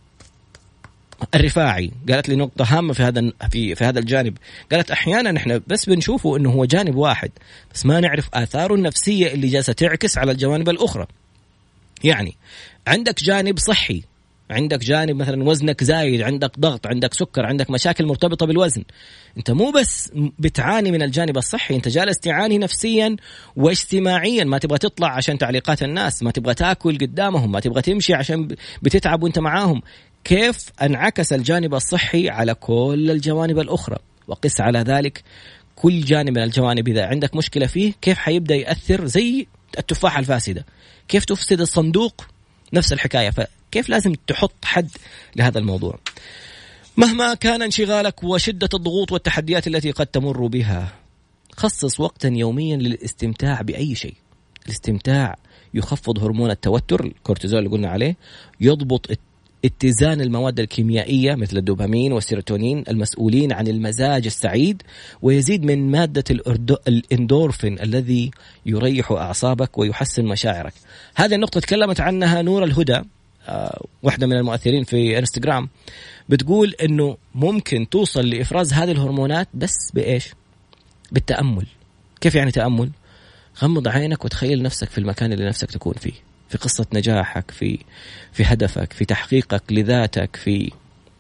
الرفاعي قالت لي نقطة هامة في هذا في في هذا الجانب. قالت أحيانا نحن بس بنشوفه إنه هو جانب واحد، بس ما نعرف آثاره النفسية اللي جالسة تعكس على الجوانب الأخرى. يعني عندك جانب صحي عندك جانب مثلا وزنك زايد، عندك ضغط، عندك سكر، عندك مشاكل مرتبطة بالوزن، انت مو بس بتعاني من الجانب الصحي، انت جالس تعاني نفسيا واجتماعيا، ما تبغى تطلع عشان تعليقات الناس، ما تبغى تاكل قدامهم، ما تبغى تمشي عشان بتتعب وانت معاهم. كيف انعكس الجانب الصحي على كل الجوانب الأخرى؟ وقس على ذلك كل جانب من الجوانب إذا عندك مشكلة فيه كيف حيبدأ يأثر، زي التفاحة الفاسدة كيف تفسد الصندوق، نفس الحكاية. فكيف لازم تحط حد لهذا الموضوع؟ مهما كان انشغالك وشدة الضغوط والتحديات التي قد تمر بها، خصص وقتا يوميا للاستمتاع بأي شيء. الاستمتاع يخفض هرمون التوتر الكورتيزول اللي قلنا عليه، يضبط اتزان المواد الكيميائية مثل الدوبامين والسيروتونين المسؤولين عن المزاج السعيد، ويزيد من مادة الإندورفين الذي يريح أعصابك ويحسن مشاعرك. هذه النقطة تكلمت عنها نور الهدى، آه واحدة من المؤثرين في انستغرام، بتقول إنه ممكن توصل لإفراز هذه الهرمونات بس بإيش؟ بالتأمل. كيف يعني تأمل؟ غمض عينك وتخيل نفسك في المكان اللي نفسك تكون فيه، في قصة نجاحك، في في هدفك، في تحقيقك لذاتك، في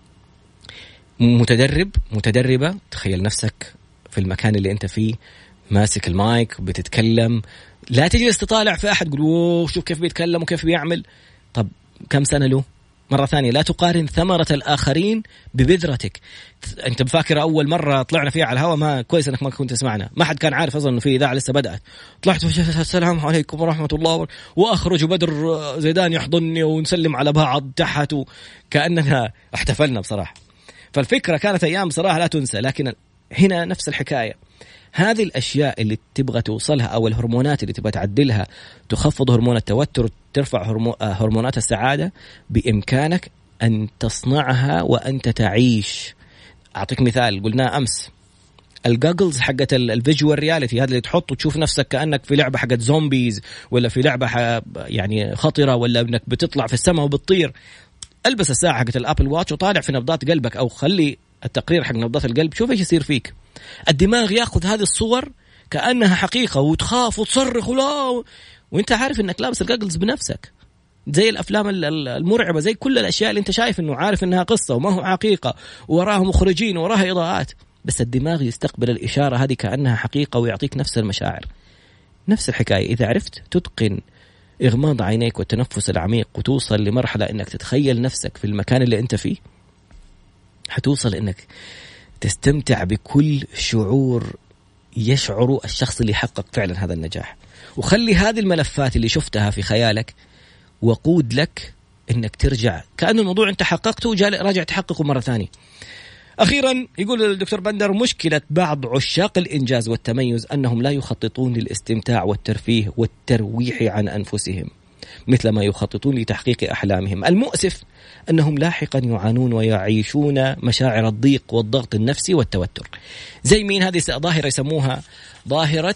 متدرب متدربة تخيل نفسك في المكان اللي أنت فيه، ماسك المايك وبتتكلم. لا تجلس تطالع في أحد تقول أوه شوف كيف بيتكلم وكيف بيعمل، طب كم سنة له؟ مرة ثانية لا تقارن ثمرة الآخرين ببذرتك. أنت بفاكر أول مرة طلعنا فيها على الهواء ما كويس أنك ما كنت تسمعنا، ما حد كان عارف أصلا إنه في إذاعة لسه بدأت، طلعت السلام عليكم ورحمة الله وأخرج بدر زيدان يحضني ونسلم على بعض تحت كأننا احتفلنا بصراحة. فالفكرة كانت أيام بصراحة لا تنسى. لكن هنا نفس الحكاية، هذه الأشياء اللي تبغى توصلها أو الهرمونات اللي تبغى تعدلها تخفض هرمون التوتر، ترفع هرمونات السعادة، بإمكانك أن تصنعها وأنت تعيش. أعطيك مثال قلناه أمس، الجاجلز حقت الفيجوال رياليتي، هذا اللي تحط وتشوف نفسك كأنك في لعبة حقت زومبيز ولا في لعبة يعني خطرة ولا أنك بتطلع في السماء وبتطير. ألبس الساعة حقت الأبل واتش وطالع في نبضات قلبك، أو خلي التقرير حق نبضات القلب، شوف إيش يصير فيك. الدماغ ياخذ هذه الصور كأنها حقيقة وتخاف وتصرخ ولا، وانت عارف انك لابس الجاجلز بنفسك، زي الافلام المرعبة، زي كل الاشياء اللي انت شايف انه عارف انها قصة وما هو حقيقة وراها مخرجين وراها اضاءات، بس الدماغ يستقبل الاشارة هذه كأنها حقيقة ويعطيك نفس المشاعر. نفس الحكاية إذا عرفت تتقن إغماض عينيك والتنفس العميق وتوصل لمرحلة انك تتخيل نفسك في المكان اللي انت فيه، حتوصل انك تستمتع بكل شعور يشعر الشخص اللي يحقق فعلا هذا النجاح. وخلي هذه الملفات اللي شفتها في خيالك وقود لك انك ترجع كأنه الموضوع انت حققته وراجع تحققه مرة ثانية. أخيرا يقول الدكتور بندر، مشكلة بعض عشاق الإنجاز والتميز أنهم لا يخططون للاستمتاع والترفيه والترويح عن أنفسهم مثل ما يخططون لتحقيق أحلامهم. المؤسف أنهم لاحقا يعانون ويعيشون مشاعر الضيق والضغط النفسي والتوتر. زي مين؟ هذه ظاهرة يسموها ظاهرة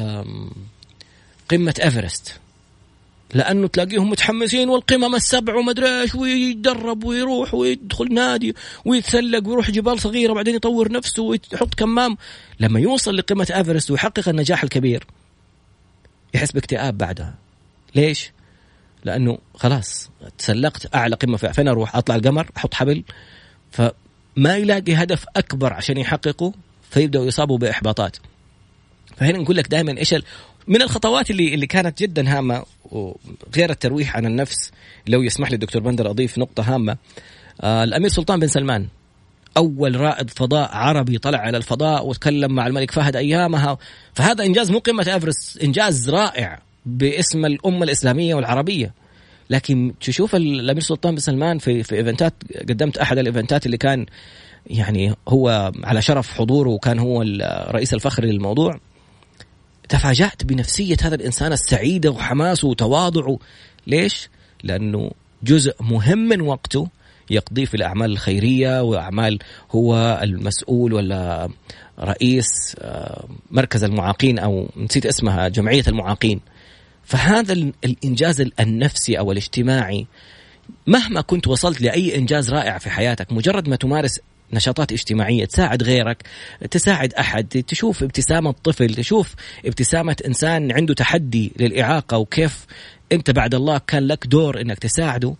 قمة إيفرست، لأنه تلاقيهم متحمسين والقمم السبع ومدري إيش، ويتدرب ويروح ويدخل نادي ويتثلق ويروح جبال صغيرة وبعدين يطور نفسه ويحط كمام. لما يوصل لقمة إيفرست ويحقق النجاح الكبير يحس باكتئاب بعدها. ليش؟ لأنه خلاص تسلقت أعلى قمة، فين أروح؟ أطلع القمر؟ أحط حبل؟ فما يلاقي هدف أكبر عشان يحققه، فيبدأوا يصابوا بإحباطات. فهنا نقول لك دائما إيش من الخطوات اللي اللي كانت جدا هامة، غير الترويح عن النفس. لو يسمح لي الدكتور بندر أضيف نقطة هامة، آه الأمير سلطان بن سلمان أول رائد فضاء عربي طلع على الفضاء وتكلم مع الملك فهد أيامها، فهذا إنجاز مو قمة إيفرست، إنجاز رائع باسم الأمة الإسلامية والعربية. لكن تشوف الأمير سلطان بن سلمان في في إيفنتات، قدمت أحد الإيفنتات اللي كان يعني هو على شرف حضوره وكان هو الرئيس الفخري للموضوع، تفاجأت بنفسية هذا الإنسان السعيدة وحماسه وتواضعه. ليش؟ لأنه جزء مهم من وقته يقضي في الأعمال الخيرية وأعمال، هو المسؤول ولا رئيس مركز المعاقين أو نسيت اسمها، جمعية المعاقين. فهذا الإنجاز النفسي أو الاجتماعي، مهما كنت وصلت لأي إنجاز رائع في حياتك، مجرد ما تمارس نشاطات اجتماعية تساعد غيرك، تساعد أحد، تشوف ابتسامة طفل، تشوف ابتسامة إنسان عنده تحدي للإعاقة وكيف أنت بعد الله كان لك دور إنك تساعده،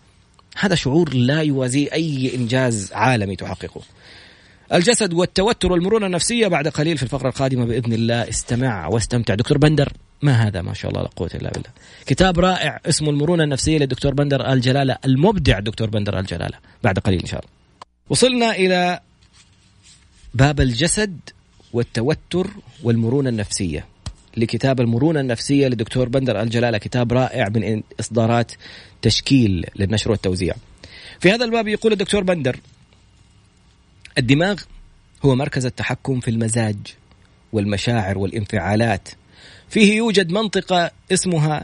هذا شعور لا يوازيه أي إنجاز عالمي تحققه. الجسد والتوتر والمرونة النفسية بعد قليل في الفقرة القادمة بإذن الله. استمع واستمتع. دكتور بندر، ما هذا ما شاء الله لا قوة إلا بالله، كتاب رائع اسمه المرونة النفسية للدكتور بندر الجلالة، المبدع دكتور بندر الجلالة. بعد قليل إن شاء الله. وصلنا إلى باب الجسد والتوتر والمرونة النفسية لكتاب المرونة النفسية للدكتور بندر الجلالة، كتاب رائع من إصدارات تشكيل للنشر والتوزيع. في هذا الباب يقول الدكتور بندر: الدماغ هو مركز التحكم في المزاج والمشاعر والانفعالات. فيه يوجد منطقة اسمها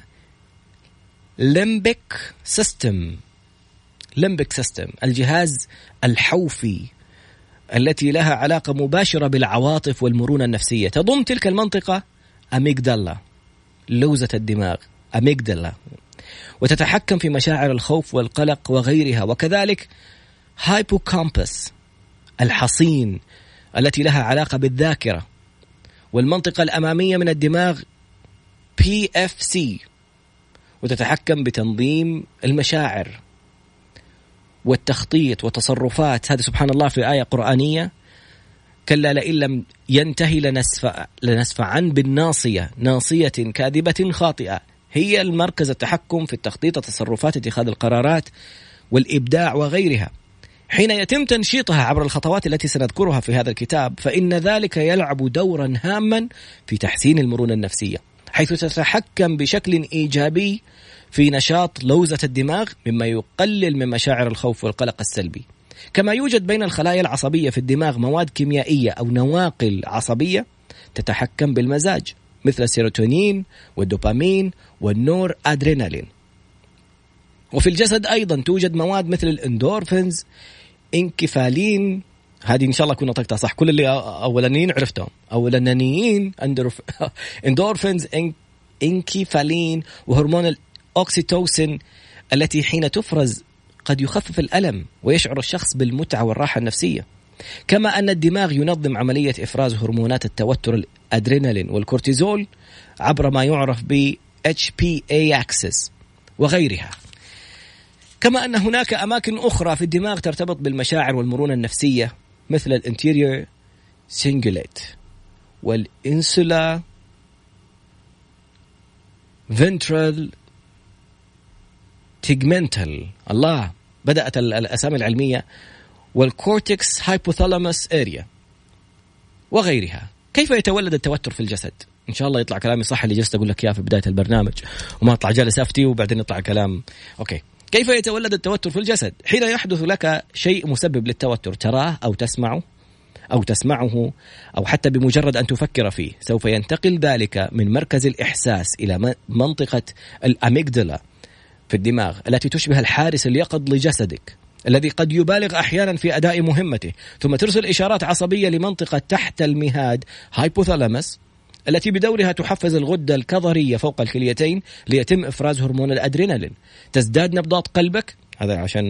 لمبيك سيستم، لمبيك سيستم الجهاز الحوفي، التي لها علاقة مباشرة بالعواطف والمرونة النفسية. تضم تلك المنطقة أميجدالا، لوزة الدماغ أميجدالا، وتتحكم في مشاعر الخوف والقلق وغيرها. وكذلك هايبوكامبس الحصين التي لها علاقة بالذاكرة. والمنطقة الأمامية من الدماغ بي إف سي، وتتحكم بتنظيم المشاعر والتخطيط وتصرفات. هذا سبحان الله في آية قرآنية: كلا لئن لم ينتهي لنسفع لنسفعا بالناصية، ناصية كاذبة خاطئة. هي المركز التحكم في التخطيط، التصرفات، اتخاذ القرارات والإبداع وغيرها. حين يتم تنشيطها عبر الخطوات التي سنذكرها في هذا الكتاب، فإن ذلك يلعب دورا هاما في تحسين المرونة النفسية، حيث تتحكم بشكل إيجابي في نشاط لوزة الدماغ، مما يقلل من مشاعر الخوف والقلق السلبي. كما يوجد بين الخلايا العصبية في الدماغ مواد كيميائية أو نواقل عصبية تتحكم بالمزاج، مثل السيروتونين والدوبامين والنور أدرينالين. وفي الجسد أيضا توجد مواد مثل الإندورفينز، إنكفالين، هذه إن شاء الله كنا طقتها صح، كل اللي أولانيين عرفتهم، أولانيين إندورفينز، إنكفالين، وهرمون الأوكسيتوسين التي حين تفرز قد يخفف الألم ويشعر الشخص بالمتعة والراحة النفسية. كما أن الدماغ ينظم عملية إفراز هرمونات التوتر الأدرينالين والكورتيزول عبر ما يعرف ب إتش بي إيه axis وغيرها. كما أن هناك أماكن أخرى في الدماغ ترتبط بالمشاعر والمرونة النفسية، مثل الانتيريور سينجوليت والإنسولا فنترال تيجمنتال، الله بدأت الأسامي العلمية، والكورتكس هايبوثالاموس اريا وغيرها. كيف يتولد التوتر في الجسد؟ إن شاء الله يطلع كلامي صح اللي جلست أقول لك إياه في بداية البرنامج، وما أطلع جالس أفتي وبعدين يطلع كلام. أوكي، كيف يتولد التوتر في الجسد؟ حين يحدث لك شيء مسبب للتوتر، تراه أو تسمعه أو تسمعه أو حتى بمجرد أن تفكر فيه، سوف ينتقل ذلك من مركز الإحساس إلى منطقة الأميجدلا في الدماغ، التي تشبه الحارس اليقظ لجسدك، الذي قد يبالغ أحيانا في أداء مهمته، ثم ترسل إشارات عصبية لمنطقة تحت المهاد هايبوثالاموس، التي بدورها تحفز الغدة الكظرية فوق الكليتين ليتم إفراز هرمون الأدرينالين. تزداد نبضات قلبك، هذا عشان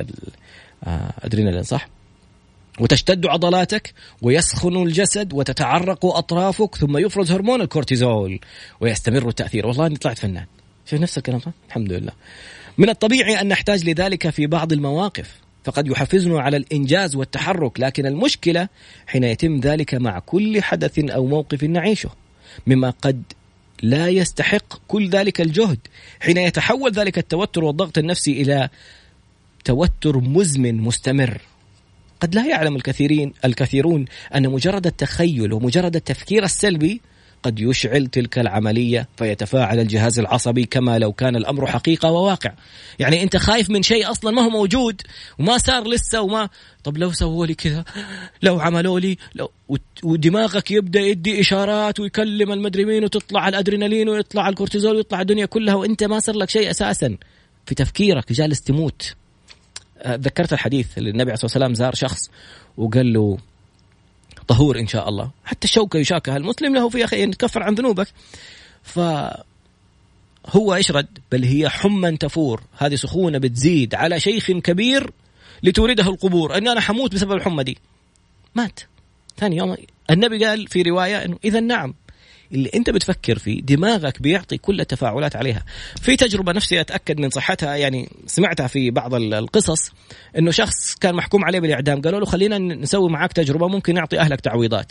أدرينالين صح، وتشتد عضلاتك ويسخن الجسد وتتعرق أطرافك، ثم يفرز هرمون الكورتيزول ويستمر التأثير. والله أني طلعت فنان، شوف نفس الكلام صح؟ الحمد لله. من الطبيعي أن نحتاج لذلك في بعض المواقف، فقد يحفزنا على الإنجاز والتحرك، لكن المشكلة حين يتم ذلك مع كل حدث أو موقف نعيشه، مما قد لا يستحق كل ذلك الجهد. حين يتحول ذلك التوتر والضغط النفسي إلى توتر مزمن مستمر. قد لا يعلم الكثيرين الكثيرون أن مجرد التخيل ومجرد التفكير السلبي قد يشعل تلك العملية، فيتفاعل الجهاز العصبي كما لو كان الأمر حقيقة وواقع. يعني أنت خايف من شيء أصلا ما هو موجود وما صار لسه، وما طب لو سووا لي كذا، لو عملوا لي، لو ودماغك يبدأ يدي إشارات ويكلم المدري مين، وتطلع الأدرينالين ويطلع الكورتيزول ويطلع الدنيا كلها، وأنت ما صار لك شيء أساسا في تفكيرك، جالس تموت. ذكرت الحديث اللي النبي عليه الصلاة والسلام زار شخص وقال له طهور إن شاء الله، حتى الشوكة يشاكها المسلم له في أخي أن تكفر عن ذنوبك. فهو إيش رد؟ بل هي حمى تفور، هذه سخونة بتزيد على شيخ كبير لتورده القبور، أن أنا حموت بسبب الحمى دي. مات ثاني يوم. النبي قال في رواية إنه إذا نعم، اللي أنت بتفكر فيه دماغك بيعطي كل التفاعلات عليها. في تجربة نفسي أتأكد من صحتها، يعني سمعتها في بعض القصص، إنه شخص كان محكوم عليه بالإعدام، قالوا له خلينا نسوي معاك تجربة ممكن نعطي أهلك تعويضات.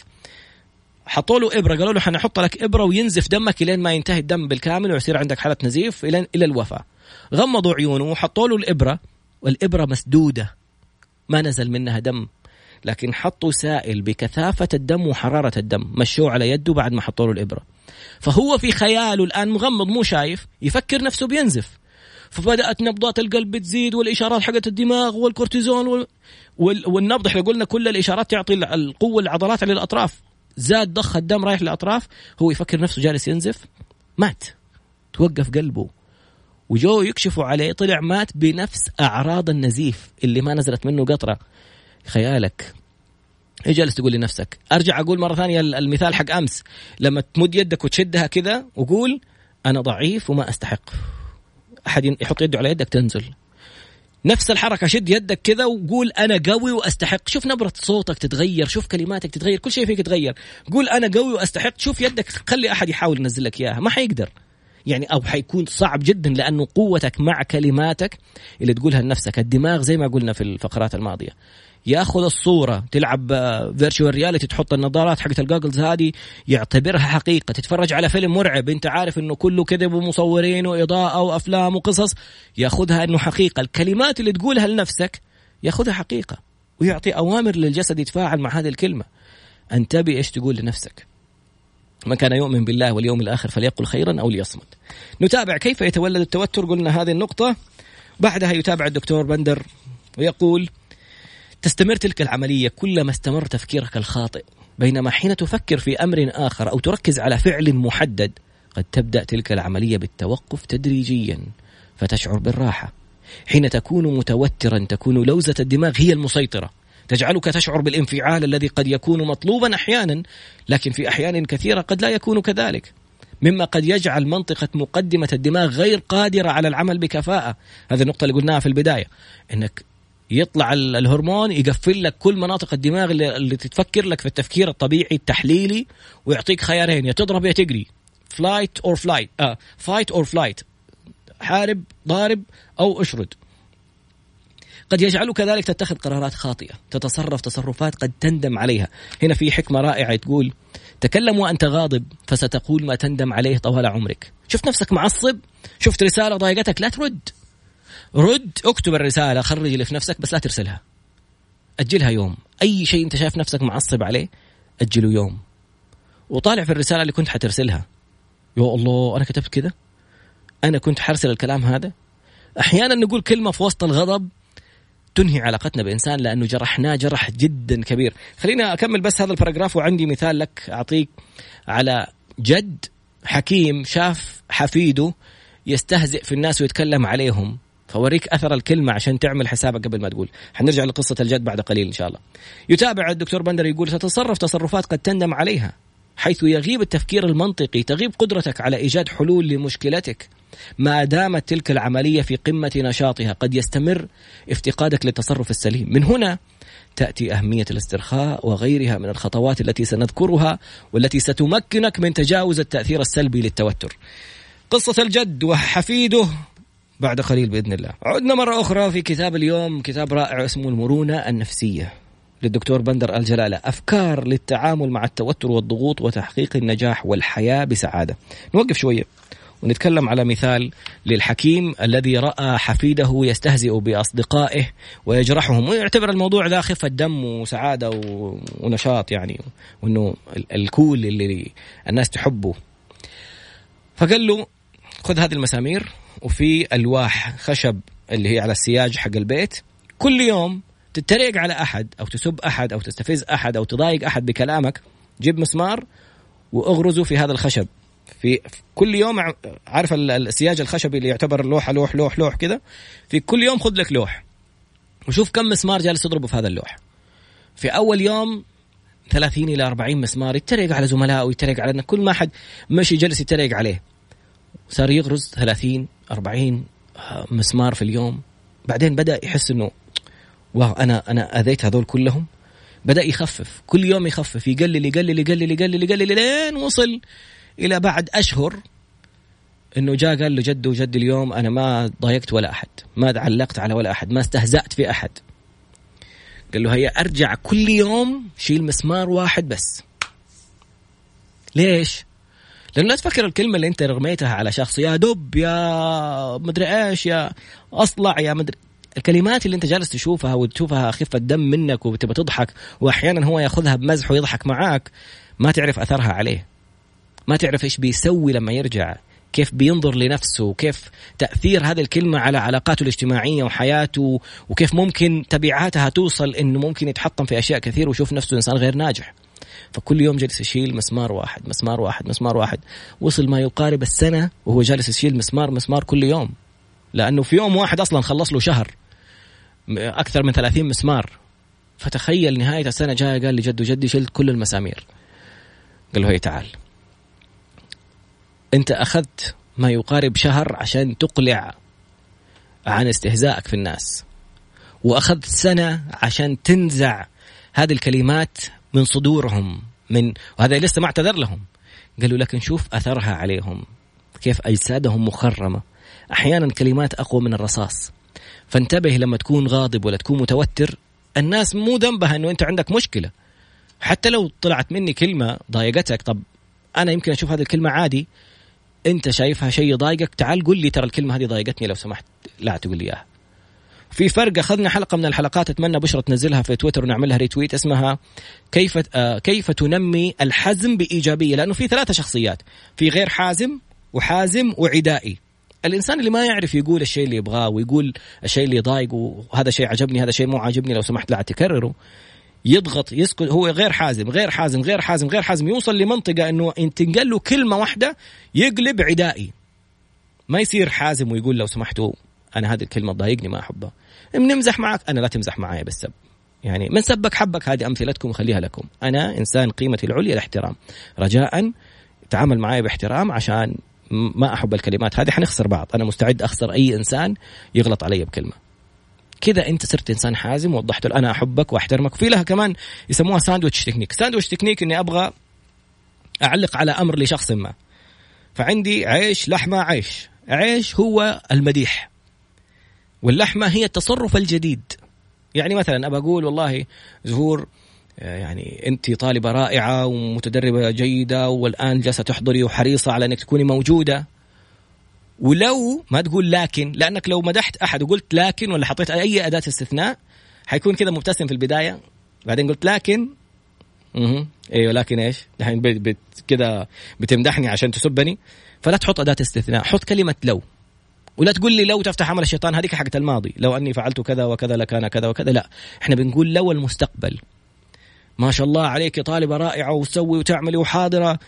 حطوا له إبرة، قالوا له حنحط لك إبرة وينزف دمك لين ما ينتهي الدم بالكامل ويصير عندك حالة نزيف إلى إلى الوفاة. غمضوا عيونه وحطوا له الإبرة، والإبرة مسدودة ما نزل منها دم، لكن حطوا سائل بكثافة الدم وحرارة الدم، مشوه على يده بعد ما حطوا له الإبرة. فهو في خياله الآن مغمض مو شايف، يفكر نفسه بينزف، فبدأت نبضات القلب تزيد والإشارات حقت الدماغ والكورتيزون وال... وال... والنبض. احنا قلنا كل الإشارات تعطي القوة العضلات على الأطراف، زاد ضخ الدم رايح للأطراف، هو يفكر نفسه جالس ينزف، مات، توقف قلبه. وجو يكشفوا عليه طلع مات بنفس أعراض النزيف اللي ما نزلت منه قطرة. خيالك ايه جالس تقول لنفسك؟ أرجع أقول مرة ثانية المثال حق أمس، لما تمد يدك وتشدها كذا وقول أنا ضعيف وما أستحق، أحد يحط يده على يدك تنزل. نفس الحركة، شد يدك كذا وقول أنا قوي وأستحق. شوف نبرة صوتك تتغير، شوف كلماتك تتغير، كل شيء فيك يتغير. قول أنا قوي وأستحق، شوف يدك، خلي أحد يحاول ينزل لك إياها، ما حيقدر يعني، أو حيكون صعب جدا، لأنه قوتك مع كلماتك اللي تقولها لنفسك. الدماغ زي ما قلنا في الفقرات الماضية ياخذ الصورة، تلعب فيرتشوال رياليتي، تحط النظارات حقت الجوجلز هذه، يعتبرها حقيقة. تتفرج على فيلم مرعب انت عارف انه كله كذب ومصورين وإضاءة وأفلام وقصص، ياخذها انه حقيقة. الكلمات اللي تقولها لنفسك ياخذها حقيقة، ويعطي أوامر للجسد يتفاعل مع هذه الكلمة. انتبه ايش تقول لنفسك. من كان يؤمن بالله واليوم الآخر فليقل خيرا أو ليصمت. نتابع كيف يتولد التوتر، قلنا هذه النقطة. بعدها يتابع الدكتور بندر ويقول تستمر تلك العملية كلما استمر تفكيرك الخاطئ، بينما حين تفكر في أمر آخر أو تركز على فعل محدد قد تبدأ تلك العملية بالتوقف تدريجيا فتشعر بالراحة. حين تكون متوترا تكون لوزة الدماغ هي المسيطرة، تجعلك تشعر بالانفعال الذي قد يكون مطلوبا أحيانا، لكن في أحيان كثيرة قد لا يكون كذلك، مما قد يجعل منطقة مقدمة الدماغ غير قادرة على العمل بكفاءة. هذه النقطة اللي قلناها في البداية، إنك يطلع الهرمون يقفل لك كل مناطق الدماغ اللي, اللي تتفكر لك في التفكير الطبيعي التحليلي، ويعطيك خيارين، يا تضرب يا تجري، فلايت اور فلايت، آه فايت اور فلايت، حارب ضارب أو أشرد. قد يجعلك كذلك تتخذ قرارات خاطئة، تتصرف تصرفات قد تندم عليها. هنا في حكمة رائعة تقول تكلم وأنت غاضب فستقول ما تندم عليه طوال عمرك. شفت نفسك معصب، شفت رسالة ضايقتك، لا ترد، رد، اكتب الرسالة، خرج اللي في نفسك، بس لا ترسلها، أجلها يوم. أي شيء أنت شايف نفسك معصب عليه أجله يوم، وطالع في الرسالة اللي كنت حترسلها، يا الله أنا كتبت كذا، أنا كنت حرسل الكلام هذا. أحيانا نقول كلمة في وسط الغضب تنهي علاقتنا بإنسان لأنه جرحناه جرح جدا كبير. خلينا أكمل بس هذا الباراجراف، وعندي مثال لك أعطيك على جد حكيم شاف حفيده يستهزئ في الناس ويتكلم عليهم، فوريك أثر الكلمة عشان تعمل حسابك قبل ما تقول. حنرجع لقصة الجد بعد قليل إن شاء الله. يتابع الدكتور بندر يقول تتصرف تصرفات قد تندم عليها، حيث يغيب التفكير المنطقي، تغيب قدرتك على إيجاد حلول لمشكلتك. ما دامت تلك العملية في قمة نشاطها قد يستمر افتقادك للتصرف السليم. من هنا تأتي أهمية الاسترخاء وغيرها من الخطوات التي سنذكرها والتي ستمكنك من تجاوز التأثير السلبي للتوتر. قصة الجد وحفيده بعد قليل بإذن الله. عدنا مرة أخرى في كتاب اليوم، كتاب رائع اسمه المرونة النفسية للدكتور بندر الجلالة، أفكار للتعامل مع التوتر والضغوط وتحقيق النجاح والحياة بسعادة. نوقف شوية ونتكلم على مثال للحكيم الذي رأى حفيده يستهزئ بأصدقائه ويجرحهم، ويعتبر الموضوع ذا خفة دم وسعادة ونشاط يعني، وأنه الكول اللي الناس تحبه. فقال له خذ هذه المسامير وفي ألواح خشب اللي هي على السياج حق البيت، كل يوم تتريق على أحد أو تسب أحد أو تستفز أحد أو تضايق أحد بكلامك، جيب مسمار وأغرزه في هذا الخشب في كل يوم. عارف السياج الخشبي اللي يعتبر لوحة لوح لوح لوح كذا، في كل يوم خذ لك لوح وشوف كم مسمار جالس تضربه في هذا اللوح. في أول يوم ثلاثين إلى أربعين مسمار، يتريق على زملائه ويتريق على أن كل ما حد مشي جلس يتريق عليه، صار يغرز ثلاثين أربعين مسمار في اليوم. بعدين بدأ يحس إنه واو أنا أنا أذيت هذول كلهم. بدأ يخفف، كل يوم يخفف، يقلل يقلل يقلل يقلل يقلل لين وصل إلى بعد أشهر إنه جاء قال له جد وجد اليوم أنا ما ضايقت ولا أحد، ما علقت على ولا أحد، ما استهزأت في أحد. قال له هيا أرجع كل يوم شيل مسمار واحد بس. ليش؟ لأنه لا تفكر الكلمة اللي أنت رغميتها على شخص يا دب يا مدري إيش يا أصلع يا مدري، الكلمات اللي أنت جالس تشوفها وتشوفها خفة دم منك وتبى تضحك، وأحيانا هو يأخذها بمزح ويضحك معاك، ما تعرف أثرها عليه، ما تعرف إيش بيسوي لما يرجع، كيف بينظر لنفسه، كيف تأثير هذه الكلمة على علاقاته الاجتماعية وحياته، وكيف ممكن تبعاتها توصل إنه ممكن يتحطم في أشياء كثير ويشوف نفسه إنسان غير ناجح. فكل يوم جالس يشيل مسمار واحد مسمار واحد مسمار واحد، وصل ما يقارب السنة وهو جالس يشيل مسمار مسمار كل يوم، لأنه في يوم واحد أصلا خلص له شهر أكثر من ثلاثين مسمار. فتخيل نهاية السنة جاء قال لي جد وجدي شلت كل المسامير. قال له هي تعال، أنت أخذت ما يقارب شهر عشان تقلع عن استهزائك في الناس، وأخذت سنة عشان تنزع هذه الكلمات من صدورهم، من وهذا لسه ما اعتذر لهم. قالوا لكن شوف أثرها عليهم، كيف أجسادهم مخرمة، أحيانا كلمات أقوى من الرصاص. فانتبه لما تكون غاضب ولا تكون متوتر، الناس مو ذنبها أنه أنت عندك مشكلة. حتى لو طلعت مني كلمة ضايقتك، طب أنا يمكن أشوف هذه الكلمة عادي، أنت شايفها شيء ضايقك، تعال قل لي ترى الكلمة هذه ضايقتني لو سمحت، لا تقول لي إياها. في فرق، أخذنا حلقة من الحلقات أتمنى بشرة تنزلها في تويتر ونعملها ريتويت، اسمها كيف آه كيف تنمي الحزم بإيجابية، لأنه في ثلاثة شخصيات، في غير حازم وحازم وعدائي. الإنسان اللي ما يعرف يقول الشيء اللي يبغاه ويقول الشيء اللي يضايقه، وهذا شيء عجبني هذا شيء مو عاجبني لو سمحت لا تكرره، يضغط يسكت، هو غير حازم غير حازم غير حازم غير حازم، يوصل لمنطقة أنه إن تنقل له كلمة واحدة يقلب عدائي. ما يصير حازم ويقول لو سمحتوا أنا هذه الكلمة تضايقني ما أحبها، بنمزح معك، أنا لا تمزح معايا بالسب، يعني من سبك حبك، هذه أمثلتكم خليها لكم، أنا إنسان قيمتي العليا الاحترام، رجاء تعامل معايا باحترام عشان ما أحب الكلمات هذه، حنخسر بعض، أنا مستعد أخسر أي إنسان يغلط علي بكلمة كذا. أنت صرت إنسان حازم ووضحت له أنا أحبك وأحترمك. في لها كمان يسموها ساندويتش تكنيك. ساندويتش تكنيك إني أبغى أعلق على أمر لشخص ما، فعندي عيش لحمة عيش، عيش هو المديح واللحمة هي التصرف الجديد. يعني مثلا أبى أقول والله زهور يعني أنت طالبة رائعة ومتدربة جيدة والآن جالسة تحضري وحريصة على أنك تكوني موجودة، ولو ما تقول لكن، لأنك لو مدحت أحد وقلت لكن ولا حطيت أي أداة استثناء حيكون كذا مبتسم في البداية، بعدين قلت لكن اها ايوه لكن ايش الحين بت كذا بتمدحني عشان تسبني، فلا تحط أداة استثناء، حط كلمة لو، ولا تقول لي لو تفتح عمل الشيطان هذيك حقت الماضي، لو أني فعلت كذا وكذا لكان كذا وكذا، لا احنا بنقول لو المستقبل، ما شاء الله عليك طالبة رائعة وتسوي وتعملي وحاضرة،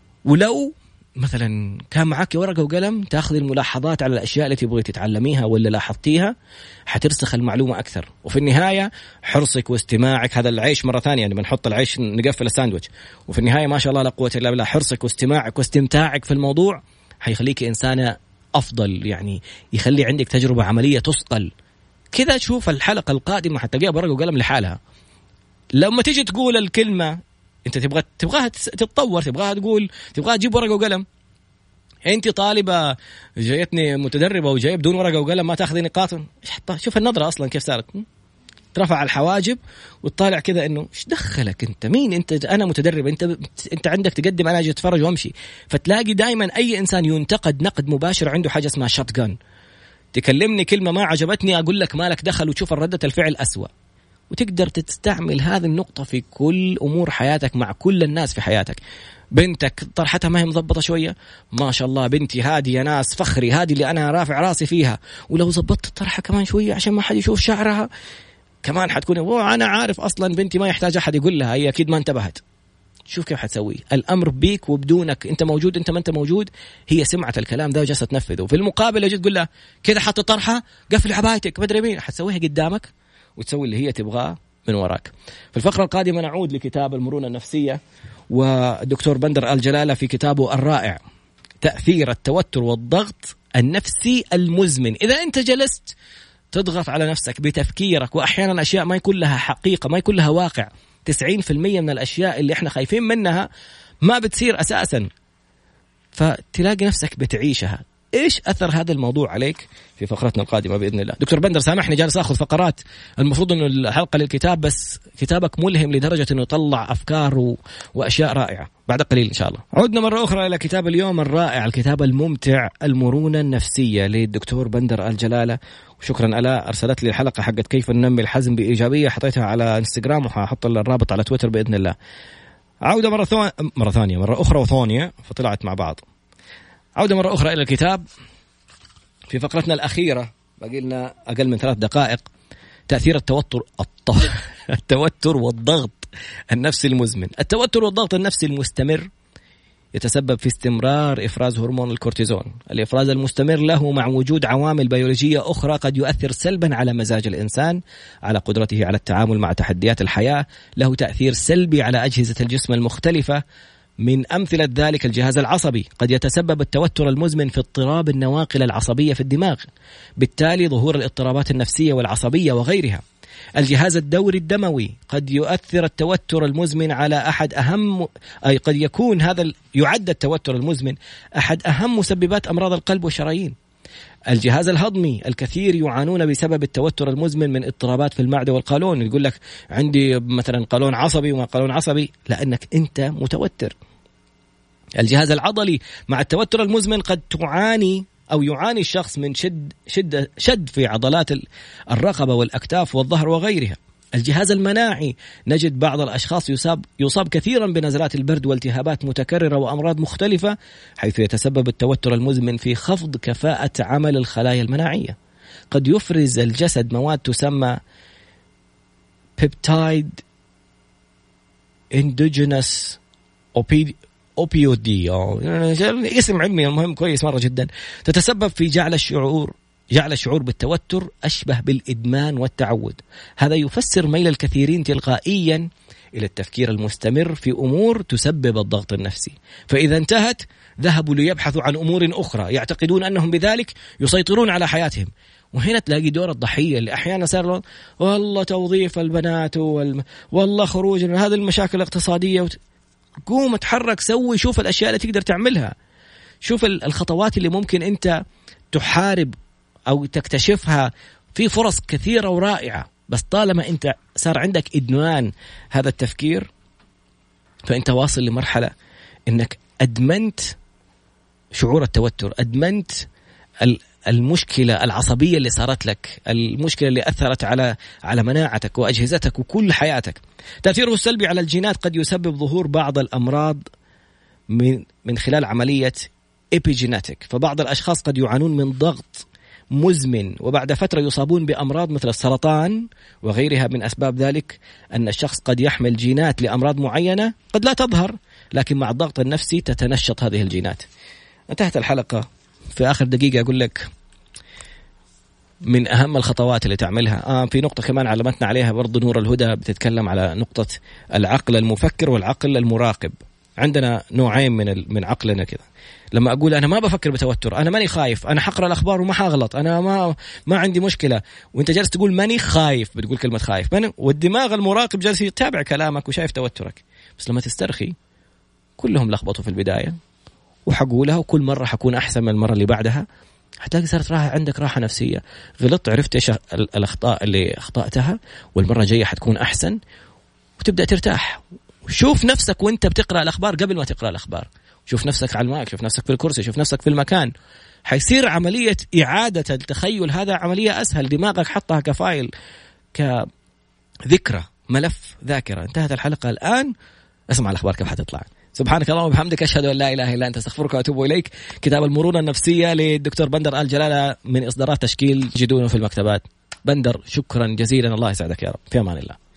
ولو مثلا كان معك ورقة وقلم تأخذ الملاحظات على الأشياء التي تبغي تتعلميها ولا لاحظتيها، حترسخ المعلومة أكثر. وفي النهاية حرصك واستماعك، هذا العيش مرة ثانية يعني بنحط العيش نقفل الساندويتش، وفي النهاية ما شاء الله لا قوة إلا بالله، حرصك واستماعك واستمتاعك في الموضوع حيخليك إنسانة أفضل، يعني يخلي عندك تجربة عملية تصقل كذا. تشوف الحلقة القادمة حتلاقيها بورقة وقلم لحالها. لما تيجي تقول الكلمة انت تبغى تبغاها تتطور، تبغاها تقول، تبغاها تجيب ورقه وقلم، انت طالبه جايتني متدربه وجايب بدون ورقه وقلم ما تاخذي نقاط، شوف النظره اصلا كيف صارت، ترفع الحواجب وتطالع كذا انه ايش دخلك انت، مين انت، انا متدرب، انت انت عندك تقدم، انا اجي اتفرج وامشي. فتلاقي دائما اي انسان ينتقد نقد مباشر عنده حاجه اسمها شوت جان، تكلمني كلمه ما عجبتني اقول لك مالك دخل، وتشوف ردة الفعل أسوأ. وتقدر تستعمل هذه النقطة في كل أمور حياتك مع كل الناس في حياتك. بنتك طرحتها ما هي مضبطة شوية، ما شاء الله بنتي هذه يا ناس فخري، هذه اللي أنا رافع راسي فيها، ولو زبطت الطرحة كمان شوية عشان ما حد يشوف شعرها كمان حتكون أنا عارف أصلا بنتي ما يحتاج أحد يقول لها، هي أكيد ما انتبهت. شوف كيف حتسوي الأمر بيك وبدونك، أنت موجود أنت ما أنت موجود، هي سمعت الكلام ده وجالسة تنفذه. في المقابل لو جيت تقول لها كذا حط طرحة قفل عبايتك بدري مين، حتسويها قدامك وتسوي اللي هي تبغاه من وراك. في الفقرة القادمة نعود لكتاب المرونة النفسية والدكتور بندر آل جلالة في كتابه الرائع تأثير التوتر والضغط النفسي المزمن. إذا أنت جلست تضغط على نفسك بتفكيرك وأحيانا أشياء ما يكون لها حقيقة ما يكون لها واقع، تسعين في المية من الأشياء اللي احنا خايفين منها ما بتصير أساسا، فتلاقي نفسك بتعيشها. إيش أثر هذا الموضوع عليك؟ في فقرتنا القادمة بإذن الله. دكتور بندر سامحني جالس أخذ فقرات، المفروض أنه الحلقة للكتاب، بس كتابك ملهم لدرجة أنه يطلع أفكار و... وأشياء رائعة. بعد قليل إن شاء الله. عودنا مرة أخرى إلى كتاب اليوم الرائع، الكتاب الممتع المرونة النفسية للدكتور بندر الجلالة. وشكرا ألا أرسلت لي الحلقة حقت كيف ننمي الحزم بإيجابية، حطيتها على انستغرام وححط الرابط على تويتر بإذن الله. عودة مرة, ثو... مرة ثانية مرة أخرى وثانية فطلعت مع بعض. عودة مرة أخرى إلى الكتاب في فقرتنا الأخيرة، باقي لنا أقل من ثلاث دقائق. تأثير التوتر الط... التوتر والضغط النفسي المزمن. التوتر والضغط النفسي المستمر يتسبب في استمرار إفراز هرمون الكورتيزون. الإفراز المستمر له مع وجود عوامل بيولوجية أخرى قد يؤثر سلبا على مزاج الإنسان، على قدرته على التعامل مع تحديات الحياة، له تأثير سلبي على أجهزة الجسم المختلفة. من أمثلة ذلك الجهاز العصبي، قد يتسبب التوتر المزمن في اضطراب النواقل العصبية في الدماغ، بالتالي ظهور الاضطرابات النفسية والعصبية وغيرها. الجهاز الدوري الدموي، قد يؤثر التوتر المزمن على أحد أهم أي قد يكون هذا يعد التوتر المزمن أحد أهم مسببات أمراض القلب والشرايين. الجهاز الهضمي، الكثير يعانون بسبب التوتر المزمن من اضطرابات في المعدة والقولون. يقول لك عندي مثلا قولون عصبي وما قولون عصبي، لأنك أنت متوتر. الجهاز العضلي، مع التوتر المزمن قد تعاني أو يعاني الشخص من شد شد شد في عضلات الرقبة والأكتاف والظهر وغيرها. الجهاز المناعي، نجد بعض الأشخاص يصاب يصاب كثيرا بنزلات البرد والتهابات متكررة وأمراض مختلفة، حيث يتسبب التوتر المزمن في خفض كفاءة عمل الخلايا المناعية. قد يفرز الجسد مواد تسمى بيبتايد اندوجينس أوبيودي، اسم علمي المهم كويس مرة جدا، تتسبب في جعل الشعور جعل الشعور بالتوتر أشبه بالإدمان والتعود. هذا يفسر ميل الكثيرين تلقائيا إلى التفكير المستمر في أمور تسبب الضغط النفسي، فإذا انتهت ذهبوا ليبحثوا عن أمور أخرى يعتقدون أنهم بذلك يسيطرون على حياتهم. وهنا تلاقي دور الضحية اللي أحيانا صار والله توظيف البنات والم... والله خروج من هذه المشاكل الاقتصادية وت... قوم اتحرك، سوي، شوف الأشياء اللي تقدر تعملها، شوف الخطوات اللي ممكن أنت تحارب أو تكتشفها. في فرص كثيرة ورائعة، بس طالما أنت صار عندك إدمان هذا التفكير فأنت واصل لمرحلة أنك أدمنت شعور التوتر، أدمنت المشكلة العصبية اللي صارت لك، المشكلة اللي أثرت على على مناعتك وأجهزتك وكل حياتك. تأثيره السلبي على الجينات، قد يسبب ظهور بعض الأمراض من من خلال عملية إبيجيناتيك، فبعض الأشخاص قد يعانون من ضغط مزمن وبعد فترة يصابون بأمراض مثل السرطان وغيرها. من أسباب ذلك أن الشخص قد يحمل جينات لأمراض معينة قد لا تظهر، لكن مع الضغط النفسي تتنشط هذه الجينات. انتهت الحلقة. في آخر دقيقة أقول لك من أهم الخطوات اللي تعملها. آه في نقطة كمان علمتنا عليها برضو نور الهدى، بتتكلم على نقطة العقل المفكر والعقل المراقب. عندنا نوعين من من عقلنا كذا. لما أقول أنا ما بفكر بتوتر، أنا ماني خايف، أنا حقرأ الأخبار وما حغلط، أنا ما ما عندي مشكلة، وأنت جالس تقول ماني خايف، بتقول كلمة خايف، والدماغ المراقب جالس يتابع كلامك وشايف توترك. بس لما تسترخي كلهم لخبطوا في البداية وحقولها، وكل مرة حكون أحسن من المرة اللي بعدها، حتى صارت راحة عندك، راحة نفسية. غلطت، عرفت إيش الأخطاء اللي أخطأتها، والمرة الجاية حتكون أحسن وتبدأ ترتاح. شوف نفسك وانت بتقرأ الأخبار قبل ما تقرأ الأخبار، شوف نفسك على المايك، شوف نفسك في الكرسي، شوف نفسك في المكان. حيصير عملية إعادة التخيل هذا عملية أسهل، دماغك حطها كفايل، كذكرى، ملف ذاكرة. انتهت الحلقة. الآن اسمع الأخبار كيف حتطلع. سبحانك اللهم وبحمدك، أشهد أن لا إله إلا أنت، أستغفرك وأتوب إليك. كتاب المرونة النفسية للدكتور بندر الجلالة من إصدارات تشكيل، تجدونه في المكتبات. بندر، شكرا جزيلا، الله يسعدك يا رب. في أمان الله.